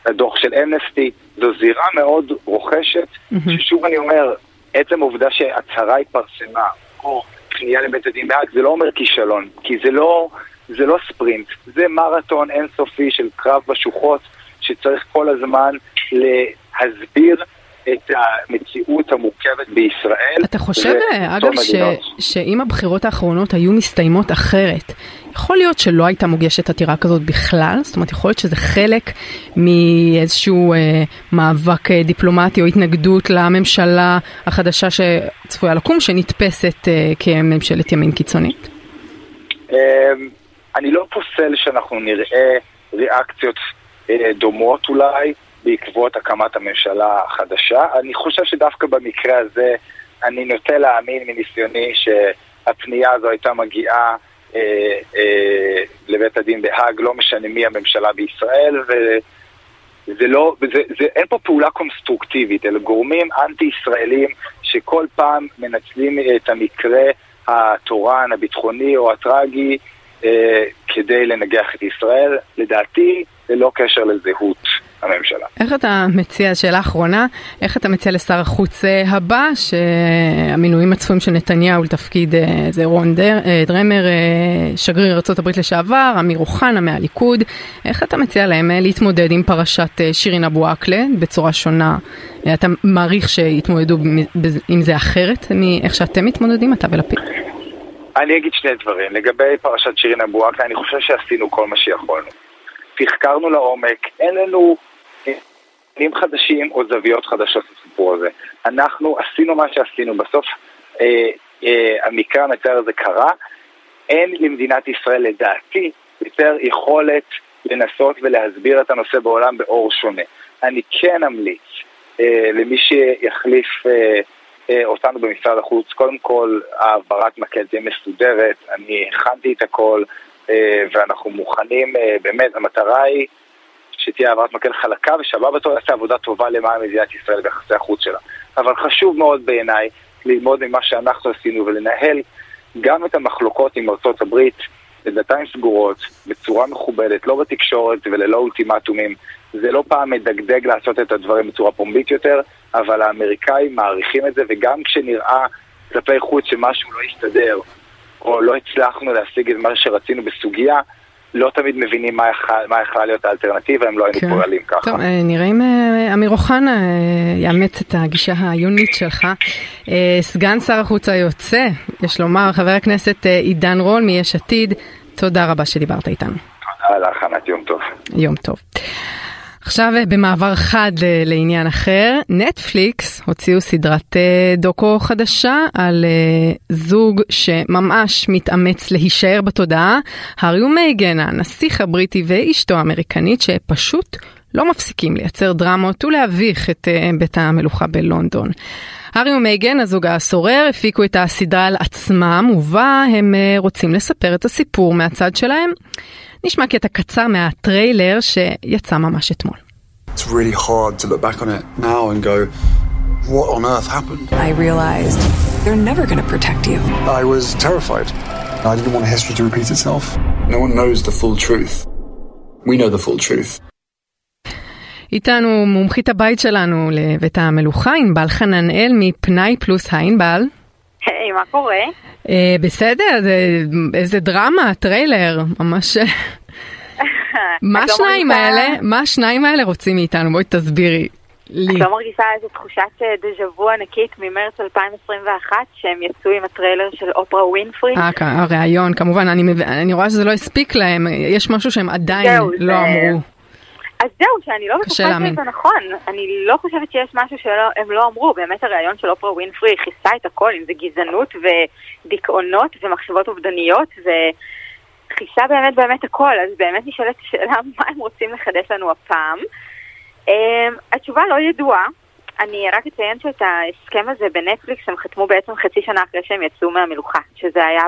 הדוח של אמנסטי, זו זירה מאוד רוכשת, ששוב אני אומר, עצם העובדה שהצהרה התפרסמה, או פנייה לבית הדין בהאג, זה לא אומר כישלון, כי זה לא ספרינט, זה מרתון אינסופי של קרב בשוחות, שצריך כל הזמן להסביר את המציאות המורכבת בישראל. אתה חושב, אגב, שאם הבחירות האחרונות היו מסתיימות אחרת, יכול להיות שלא הייתה מוגשת עתירה כזאת בכלל? זאת אומרת, יכול להיות שזה חלק מאיזשהו מאבק דיפלומטי או התנגדות לממשלה החדשה שצפויה לקום, שנתפסת כממשלת ימין קיצונית? אני לא פוסל שאנחנו נראה ריאקציות דומות אולי, בעקבות הקמת הממשלה החדשה. אני חושב שדווקא במקרה הזה אני נוטה להאמין מניסיוני שהפנייה הזו הייתה מגיעה לבית הדין בהאג, לא משנה מי הממשלה בישראל, אין פה פעולה קונסטרוקטיבית, אלה גורמים אנטי-ישראלים שכל פעם מנצלים את המקרה התורן, הביטחוני או הטרגי כדי לנגח את ישראל, לדעתי ללא קשר לזהות הממשלה. איך אתה מציע, שאלה אחרונה, איך אתה מציע לשר החוץ הבא, שהמינויים הצפויים של נתניהו לתפקיד זה רון דרמר, שגריר ארצות הברית לשעבר, אמיר אוחנה מהליכוד, איך אתה מציע להם להתמודד עם פרשת שירין אבו עאקלה בצורה שונה? אתה מעריך שיתמודדו עם זה אחרת מאיך שאתם מתמודדים, אתה ולפיד? אני אגיד שני דברים. לגבי פרשת שירין אבו עאקלה, אני חושב שעשינו כל מה שיכולנו. תחקרנו לעומק, אין לנו עניינים חדשים או זוויות חדשות לסיפור הזה. אנחנו עשינו מה שעשינו, בסוף המקרה המצער הזה קרה, אין למדינת ישראל לדעתי יותר יכולת לנסות ולהסביר את הנושא בעולם באור שונה. אני כן אמליץ למי שיחליף אותנו במשרד החוץ, קודם כל העברת מקל תהיה מסודרת, אני הכנתי את הכל, ואנחנו מוכנים, באמת, המטרה היא שתהיה העברת מקל חלקה, ושהבא בתור יעשה עבודה טובה למען מדינת ישראל ביחסי החוץ שלה. אבל חשוב מאוד בעיניי ללמוד ממה שאנחנו עשינו ולנהל גם את המחלוקות עם ארצות הברית בדלתיים סגורות, בצורה מכובדת, לא בתקשורת וללא אולטימטומים. זה לא פעם מדגדג לעשות את הדברים בצורה פומבית יותר, אבל האמריקאים מעריכים את זה, וגם כשנראה כלפי חוץ שמשהו לא יסתדר, או לא הצלחנו להשיג את מה שרצינו בסוגיה, לא תמיד מבינים מה יכלה להיות האלטרנטיבה, הם לא היינו פועלים ככה. טוב, נראה אם אמיר אוחנה יאמץ את הגישה העיונית שלך. סגן שר החוץ היוצא, יש לומר, חבר הכנסת עידן רול מיש עתיד, תודה רבה שדיברת איתנו. תודה לך, ענת, יום טוב. יום טוב. עכשיו במעבר חד לעניין אחר, נטפליקס הוציאו סדרת דוקו חדשה על זוג שממש מתאמץ להישאר בתודעה, הארי ומייגן, הנסיך הבריטי ואשתו האמריקנית, שפשוט לא מפסיקים לייצר דרמות ולהביך את בית המלוכה בלונדון. הארי ומייגן, הזוג הסורר, הפיקו את הסדרה על עצמם, ובה הם רוצים לספר את הסיפור מהצד שלהם. נשמע קטע קצר מהטריילר שיצא ממש אתמול. It's really hard to look back on it now and go, what on earth happened? I realized they're never going to protect you. I was terrified. I didn't want history to repeat itself. No one knows the full truth. We know the full truth. איתנו מומחית הבית שלנו לבית המלוכה, ענבל חננאל מפנאי פלוס. ענבל. היי, מה קורה? בסדר, איזה דרמה, טריילר, ממש... מה השניים האלה רוצים מאיתנו? בואי תסבירי לי. את לא מרגישה איזו תחושת דז'בו ענקית ממרץ 2021 שהם יצאו עם הטריילר של אופרה ווינפרי? הרעיון, כמובן, אני רואה שזה לא הספיק להם, יש משהו שהם עדיין לא אמרו. אז זהו, שאני לא בטוחה שזה נכון. אני לא חושבת שיש משהו שהם לא אמרו. באמת הרעיון של אופרה ווינפרי חיסה את הכל, אם זה גזענות ודיכאונות ומחשבות אובדניות, וחיסה באמת הכל. אז באמת נשאלת השאלה מה הם רוצים לחדש לנו הפעם. התשובה לא ידועה. אני רק אציין שאת ההסכם הזה בנטפליקס הם חתמו בעצם חצי שנה אחרי שהם יצאו מהמלוכה, שזה היה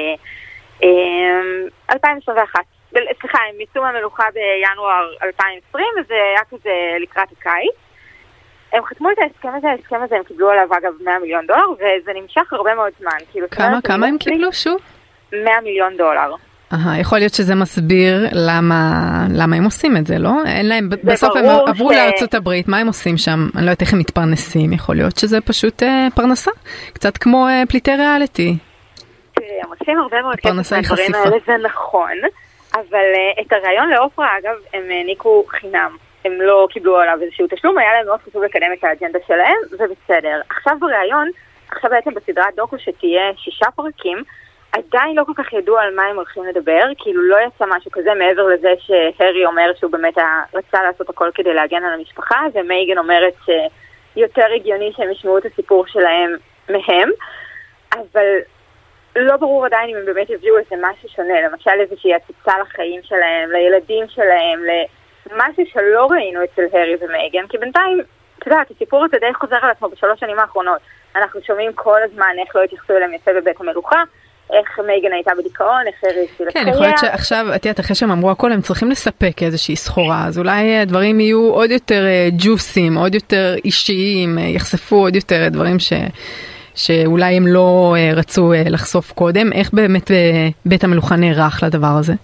ב-2021. סליחה, הם יצאו מהמלוכה בינואר 2020, וזה היה כזה לקראת הקיץ. הם חתמו את ההסכם הזה, הם קיבלו עליו אגב $100 מיליון, וזה נמשך הרבה מאוד זמן. כמה הם קיבלו שוב? $100 מיליון. יכול להיות שזה מסביר למה הם עושים את זה, לא? אין להם, בסוף הם עברו לארצות הברית, מה הם עושים שם? אני לא יודעת איך הם מתפרנסים, יכול להיות שזה פשוט פרנסה, קצת כמו פליטי ריאליטי. תראי, הם עושים הרבה מאוד כסף מהדברים האלה, זה נכון, אבל את הרעיון לאופרה, אגב, הם העניקו חינם. הם לא קיבלו עליו איזשהו תשלום, היה להם מאוד חשוב לקדם את האג'נדה שלהם, ובסדר. עכשיו ברעיון, עכשיו בעצם בסדרת דוקו שתהיה 6 פרקים, עדיין לא כל כך ידעו על מה הם הולכים לדבר, כאילו לא יצא משהו כזה מעבר לזה שהרי אומר שהוא באמת רצה לעשות הכל כדי להגן על המשפחה, ומייגן אומרת שיותר הגיוני שהם ישמעו את הסיפור שלהם מהם, אבל לא ברור עדיין אם הם באמת יביאו איזה משהו שונה, למשל איזושהי הצצה לחיים שלהם, לילדים שלהם, משהו שלא ראינו אצל הרי ומייגן, כי בינתיים, אתה יודעת, הסיפור הזה די חוזר על עצמו ב3 שנים האחרונות. אנחנו שומעים כל הזמן איך לא התייחסו אליהם יפה בבית המלוכה, איך מייגן הייתה בדיכאון, איך הרי התחילה כן, יכול להיות שעכשיו, אחרי שהם אמרו הכל, הם צריכים לספק איזושהי סחורה, אז אולי הדברים יהיו עוד יותר ג'וסים, עוד יותר אישיים, יחשפו עוד יותר דברים שאולי הם לא רצו לחשוף קודם. איך באמת בית המלוכה נערך לדבר הזה?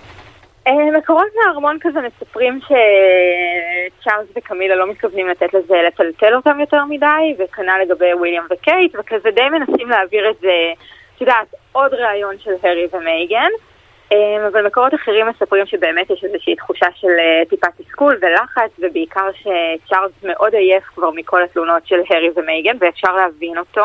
מקורות מהארמון כזה מספרים שצ'ארלס וקמילה לא מתכוונים לתת לזה לטלטל אותם יותר מדי, וכנ"ל לגבי וויליאם וקייט, וכזה די מנסים להעביר את זה, יודעת, עוד רעיון של הרי ומייגן, אבל מקורות אחרים מספרים שבאמת יש איזושהי תחושה של טיפת תסכול ולחץ, ובעיקר שצ'ארלס מאוד עייף כבר מכל התלונות של הרי ומייגן, ואפשר להבין אותו.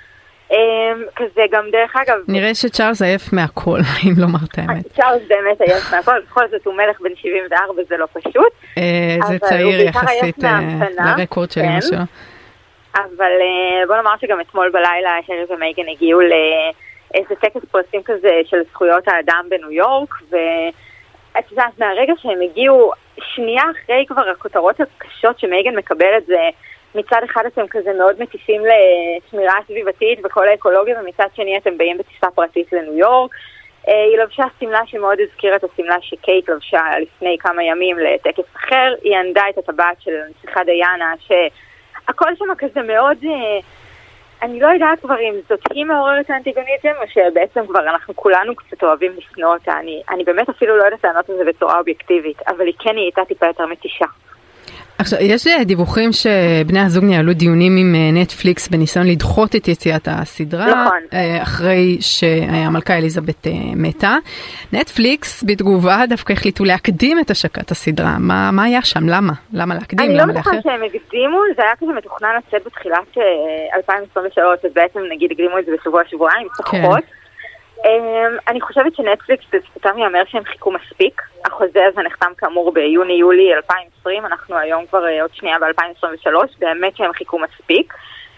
כזה גם דרך אגב... נראה שצ'ארלס עייף מהכל, אם לא אמרת האמת. צ'ארלס באמת עייף מהכל, בכל זאת הוא מלך בן 74, זה לא פשוט. זה צעיר יחסית לרקורד של אמא שלו. אבל בוא נאמר שגם אתמול בלילה הרי ומייגן הגיעו לאיזה טקס פרסים כזה של זכויות האדם בניו יורק, ואת יודעת, מהרגע שהם הגיעו, שנייה אחרי כבר הכותרות הקשות שמייגן מקבלת, זה מצד אחד אתם כזה מאוד מטיסים לשמירה סביבתית וכל האקולוגיה, ומצד שני אתם באים בטיסה פרטית לניו יורק. היא לבשה סמלה שמאוד הזכירה את הסמלה שקייט לבשה לפני כמה ימים לטקס אחר. היא ענדה את הטבעת של הנסיכה דיאנה, שהכל שם כזה מאוד... אני לא יודעת כבר אם זאת היא מעוררת האנטיגוניזם, או שבעצם כבר אנחנו כולנו קצת אוהבים לשנוא אותה. אני באמת אפילו לא יודעת לענות על זה בצורה אובייקטיבית, אבל היא כן הייתה טיפה יותר מתישה. עכשיו, יש דיווחים שבני הזוג ניהלו דיונים עם נטפליקס בניסיון לדחות את יציאת הסדרה, נכון. אחרי שהמלכה אליזבת מתה. נטפליקס בתגובה דווקא החליטו להקדים את השקת הסדרה. מה היה שם? למה להקדים? אני לא בטוחה שהם הקדימו, זה היה כזה מתוכנן לצאת בתחילת 2023, אז בעצם נגיד הקדימו את זה בשבוע-שבועיים, פחות. אני חושבת שנטפליקס בזכותם יאמר שהם חיכו מספיק. החוזה הזה נחתם כאמור ביוני-יולי 2020, אנחנו היום כבר עוד שנייה ב-2023, באמת שהם חיכו מספיק.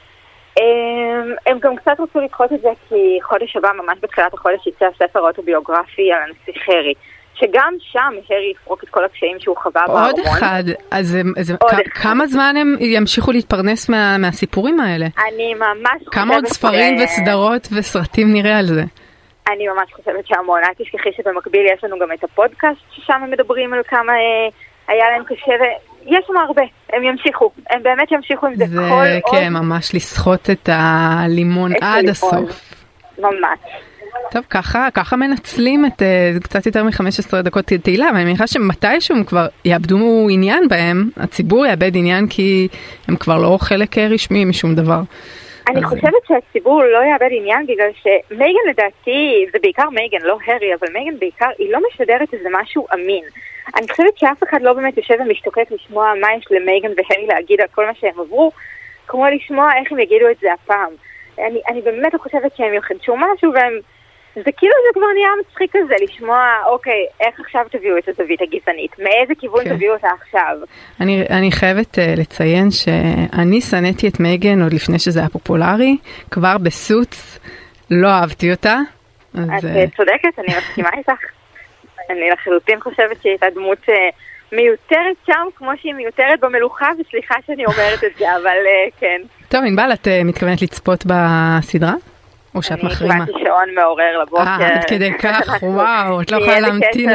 הם גם קצת רצו לדחות את זה כי חודש הבא, ממש בתחילת החודש, יצא הספר האוטוביוגרפי על הנסיך הרי, שגם שם הרי יפרוק את כל הקשיים שהוא חווה בארמון. עוד אחד, אז כמה זמן הם ימשיכו להתפרנס מהסיפורים האלה? אני ממש חושבת... כמה עוד ספרים וסדרות וסרטים נראה על זה? אני ממש חושבת שהמון, אל תשכחי שבמקביל יש לנו גם את הפודקאסט ששם הם מדברים על כמה היה להם קשה, ויש שם הרבה, הם ימשיכו, הם באמת ימשיכו עם זה כל עוד. זה כן, ממש לסחוט את הלימון עד הסוף. ממש. טוב, ככה מנצלים את קצת יותר מ-15 דקות תהילה, ואני מניחה שמתישהו הם כבר יאבדו עניין בהם, הציבור יאבד עניין כי הם כבר לא חלק רשמי משום דבר. אני חושבת שהציבור לא יאבד עניין בגלל שמייגן לדעתי, זה בעיקר מייגן, לא הרי, אבל מייגן בעיקר, היא לא משדרת איזה משהו אמין. אני חושבת שאף אחד לא באמת יושב ומשתוקק לשמוע מה יש למייגן והרי להגיד על כל מה שהם עברו, כמו לשמוע איך הם יגידו את זה הפעם. אני באמת לא חושבת שהם יחדשו משהו, זה כאילו זה כבר נהיה מצחיק כזה, לשמוע, אוקיי, איך עכשיו תביאו את הזווית הגזענית? מאיזה כיוון תביאו אותה עכשיו? אני חייבת לציין שאני שנאתי את מייגן עוד לפני שזה היה פופולרי, כבר בסוץ, לא אהבתי אותה. את צודקת, אני מסכימה איתך. אני לחלוטין חושבת שהיא הייתה דמות מיותרת שם, כמו שהיא מיותרת במלוכה, וסליחה שאני אומרת את זה, אבל כן. טוב, ענבל, את מתכוונת לצפות בסדרה? או שאת מחרימה? אני קיבלתי שעון מעורר לבוקר. עד כדי כך, וואו, את לא יכולה להמתין.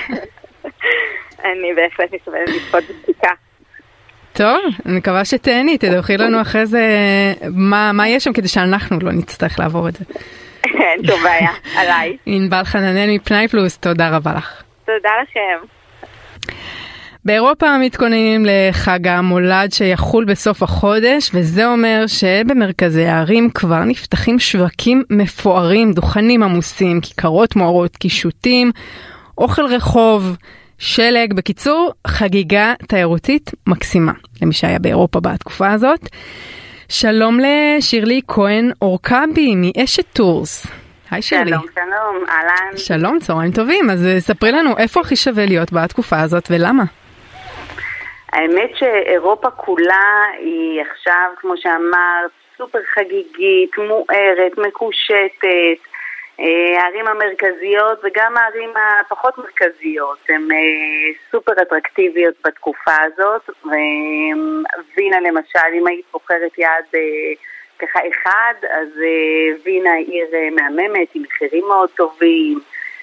אני בהחלט מסתובבת לצפות בבדיקה. טוב, אני מקווה שתהני, תדווחי לנו אחרי זה מה יש שם, כדי שאנחנו לא נצטרך לעבור את זה. אין שום בעיה, עליי. ענבל חננאל מפנאי פלוס, תודה רבה לך. תודה לכם. באירופה מתכוננים לחג המולד שיחול בסוף החודש, וזה אומר שבמרכזי הערים כבר נפתחים שווקים מפוארים, דוכנים עמוסים, כיכרות מוארות, קישוטים, אוכל רחוב, שלג, בקיצור, חגיגה תיירותית מקסימה למי שהיה באירופה בתקופה הזאת. שלום לשירלי כהן אורקבי מאשת טורס. היי שירלי. שלום, שלום, אהלן. שלום, צהריים טובים. אז ספרי לנו איפה הכי שווה להיות בתקופה הזאת ולמה? האמת שאירופה כולה היא עכשיו, כמו שאמרת, סופר חגיגית, מוארת, מקושטת. הערים המרכזיות וגם הערים הפחות מרכזיות הן סופר אטרקטיביות בתקופה הזאת. ווינה למשל, אם היית בוחרת יעד ככה אחד, אז וינה עיר מהממת עם מחירים מאוד טובים.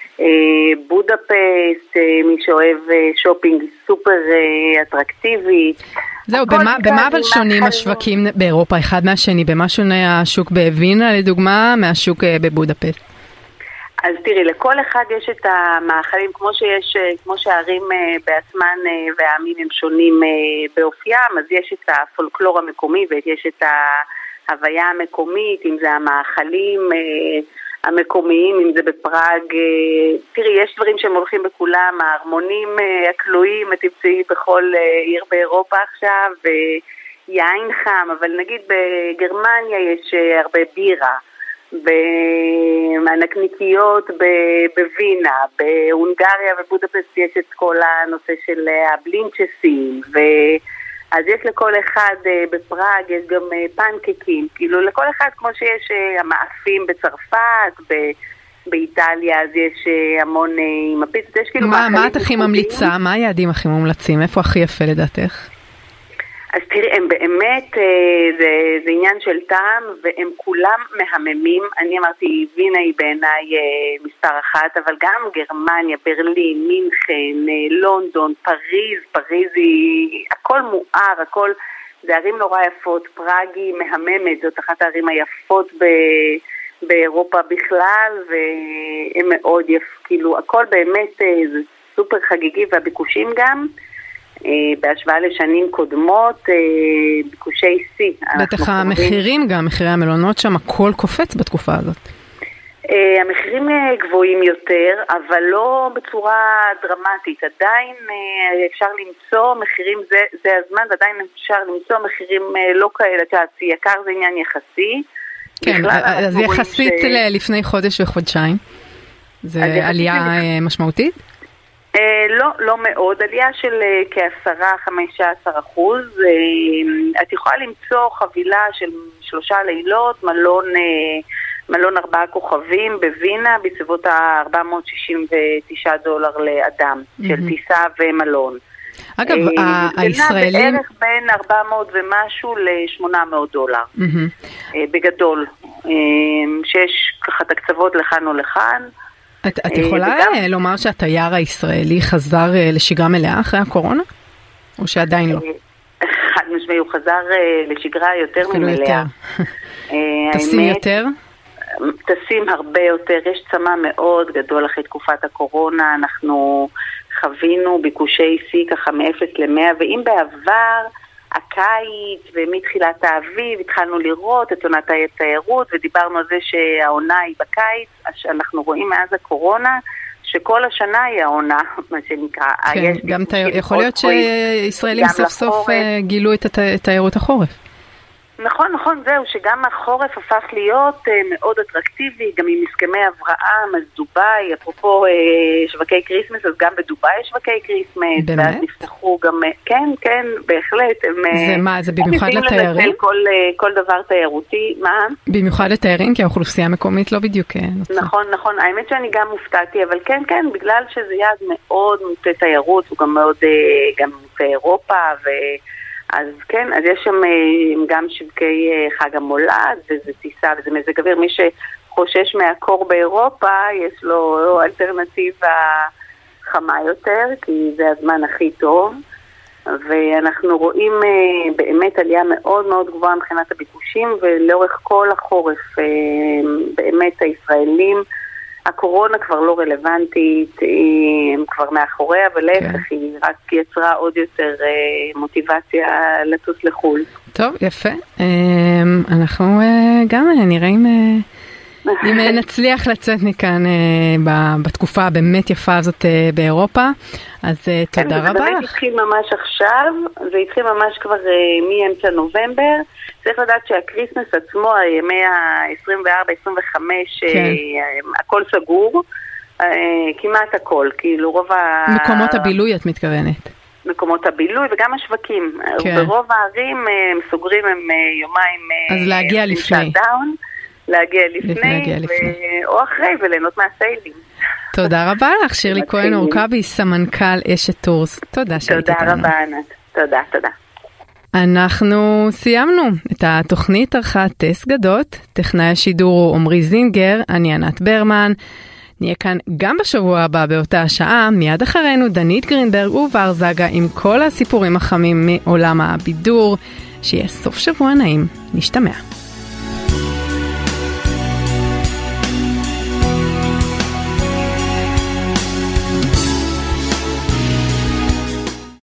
בודפסט, מי שאוהב שופינג, סופר אטרקטיבי. זהו, במה אבל שונים השווקים באירופה אחד מהשני? במה שונה השוק בווינה לדוגמה מהשוק בבודפסט? אז תראי, לכל אחד יש את המאכלים, כמו שהערים בעצמן והעמים הם שונים באופיים, אז יש את הפולקלור המקומי ויש את ההוויה המקומית, אם זה המאכלים המקומיים, אם זה בפראג. תראי, יש דברים שהם הולכים בכולם, הארמונים הכלואים, תמצאי בכל עיר באירופה עכשיו, ויין חם, אבל נגיד בגרמניה יש הרבה בירה, בנקניקיות בווינה, בהונגריה ובודפסט יש את כל הנושא של הבלינצ'סים, אז יש לכל אחד בפראג, יש גם פנקקים, כאילו לכל אחד כמו שיש המאפים בצרפת, באיטליה אז יש המון עם הפיצות, יש כאילו מה את הכי ממליצה? מה היעדים הכי מומלצים? איפה הכי יפה לדעתך? אז תראי, הם באמת, זה עניין של טעם, והם כולם מהממים. אני אמרתי, וינה היא בעיניי מספר אחת, אבל גם גרמניה, ברלין, מינכן, לונדון, פריז היא, הכל מואר, הכל, זה ערים נורא יפות. פראג היא מהממת, זאת אחת הערים היפות באירופה בכלל, והם מאוד כאילו, הכל באמת זה סופר חגיגי, והביקושים גם, בהשוואה לשנים קודמות, ביקושי שיא. בטח המחירים גם, מחירי המלונות שם, הכל קופץ בתקופה הזאת. המחירים גבוהים יותר, אבל לא בצורה דרמטית. עדיין אפשר למצוא מחירים, זה הזמן, ועדיין אפשר למצוא מחירים לא כאלה. יקר זה עניין יחסי. כן, אז יחסית לפני חודש וחודשיים. זה עלייה משמעותית? לא מאוד, עלייה של כ10-15%. את יכולה למצוא חבילה של 3 לילות, מלון 4 כוכבים בווינה, בסביבות $469 לאדם, של טיסה ומלון. אגב, הישראלים... זה בערך בין 400 ומשהו ל$800, בגדול, שיש ככה תקצבות לכאן או לכאן. את יכולה לומר שהתייר הישראלי חזר לשגרה מלאה אחרי הקורונה? או שעדיין לא? חד משמעי, הוא חזר לשגרה יותר ממלאה. טסים יותר? טסים הרבה יותר. יש צמא מאוד גדול אחרי תקופת הקורונה. אנחנו חווינו ביקושי שיא ככה מ-0 ל-100, ואם בעבר הקיץ ומתחילת האביב התחלנו לראות את עונת התיירות, ודיברנו על זה שהעונה היא בקיץ, אנחנו רואים מאז הקורונה שכל השנה היא העונה, מה שנקרא. כן, גם יכול להיות שישראלים סוף סוף גילו את תיירות החורף. נכון, זהו, שגם החורף הפך להיות מאוד אטרקטיבי, גם עם הסכמי אברהם, אז דוביי, אפרופו שווקי קריסמס, אז גם בדוביי יש שווקי קריסמס, באמת? ואז נפתחו גם, כן, בהחלט. זה מה, זה במיוחד לתיירים? כל דבר תיירותי, מה? במיוחד לתיירים, כי האוכלוסייה המקומית לא בדיוק נוצר. נכון, האמת שאני גם מופתעתי, אבל כן, בגלל שזה יעד מאוד מוטה תיירות, הוא גם מאוד, גם מוטה אירופה, אז כן, אז יש שם גם שווקי חג המולד, וזה טיסה, וזה מזג אוויר. מי שחושש מהקור באירופה, יש לו אלטרנטיבה חמה יותר, כי זה הזמן הכי טוב. ואנחנו רואים באמת עלייה מאוד מאוד גבוהה מבחינת הביקושים, ולאורך כל החורף באמת הישראלים, הקורונה כבר לא רלוונטית, הם כבר מאחוריה, ולהפך היא רק יצרה עוד יותר מוטיבציה לטוס לחו"ל. טוב, יפה. אנחנו גם נראה אם נצליח לצאת מכאן בתקופה הבאמת יפה הזאת באירופה, אז תודה רבה לך. זה באמת התחיל ממש עכשיו, זה התחיל ממש כבר מאמצע נובמבר. צריך לדעת שהקריסמס עצמו, הימי ה-24-25, הכל סגור, כמעט הכל, כאילו רוב מקומות הבילוי את מתכוונת. מקומות הבילוי וגם השווקים. ברוב הערים הם סוגרים הם יומיים. אז להגיע לפני. להגיע לפני, או אחרי, וליהנות מהסיילים. תודה רבה לך, שירלי כהן אורקבי, סמנכ"ל אשת טורס. תודה שהיית איתנו. תודה רבה, ענת. תודה. אנחנו סיימנו את התוכנית ערכה טס גדות, טכנאי השידור עומרי זינגר, אני ענת ברמן. נהיה כאן גם בשבוע הבא באותה השעה, מיד אחרינו דנית גרינברג ובר זגה עם כל הסיפורים החמים מעולם הבידור. שיהיה סוף שבוע נעים, נשתמע.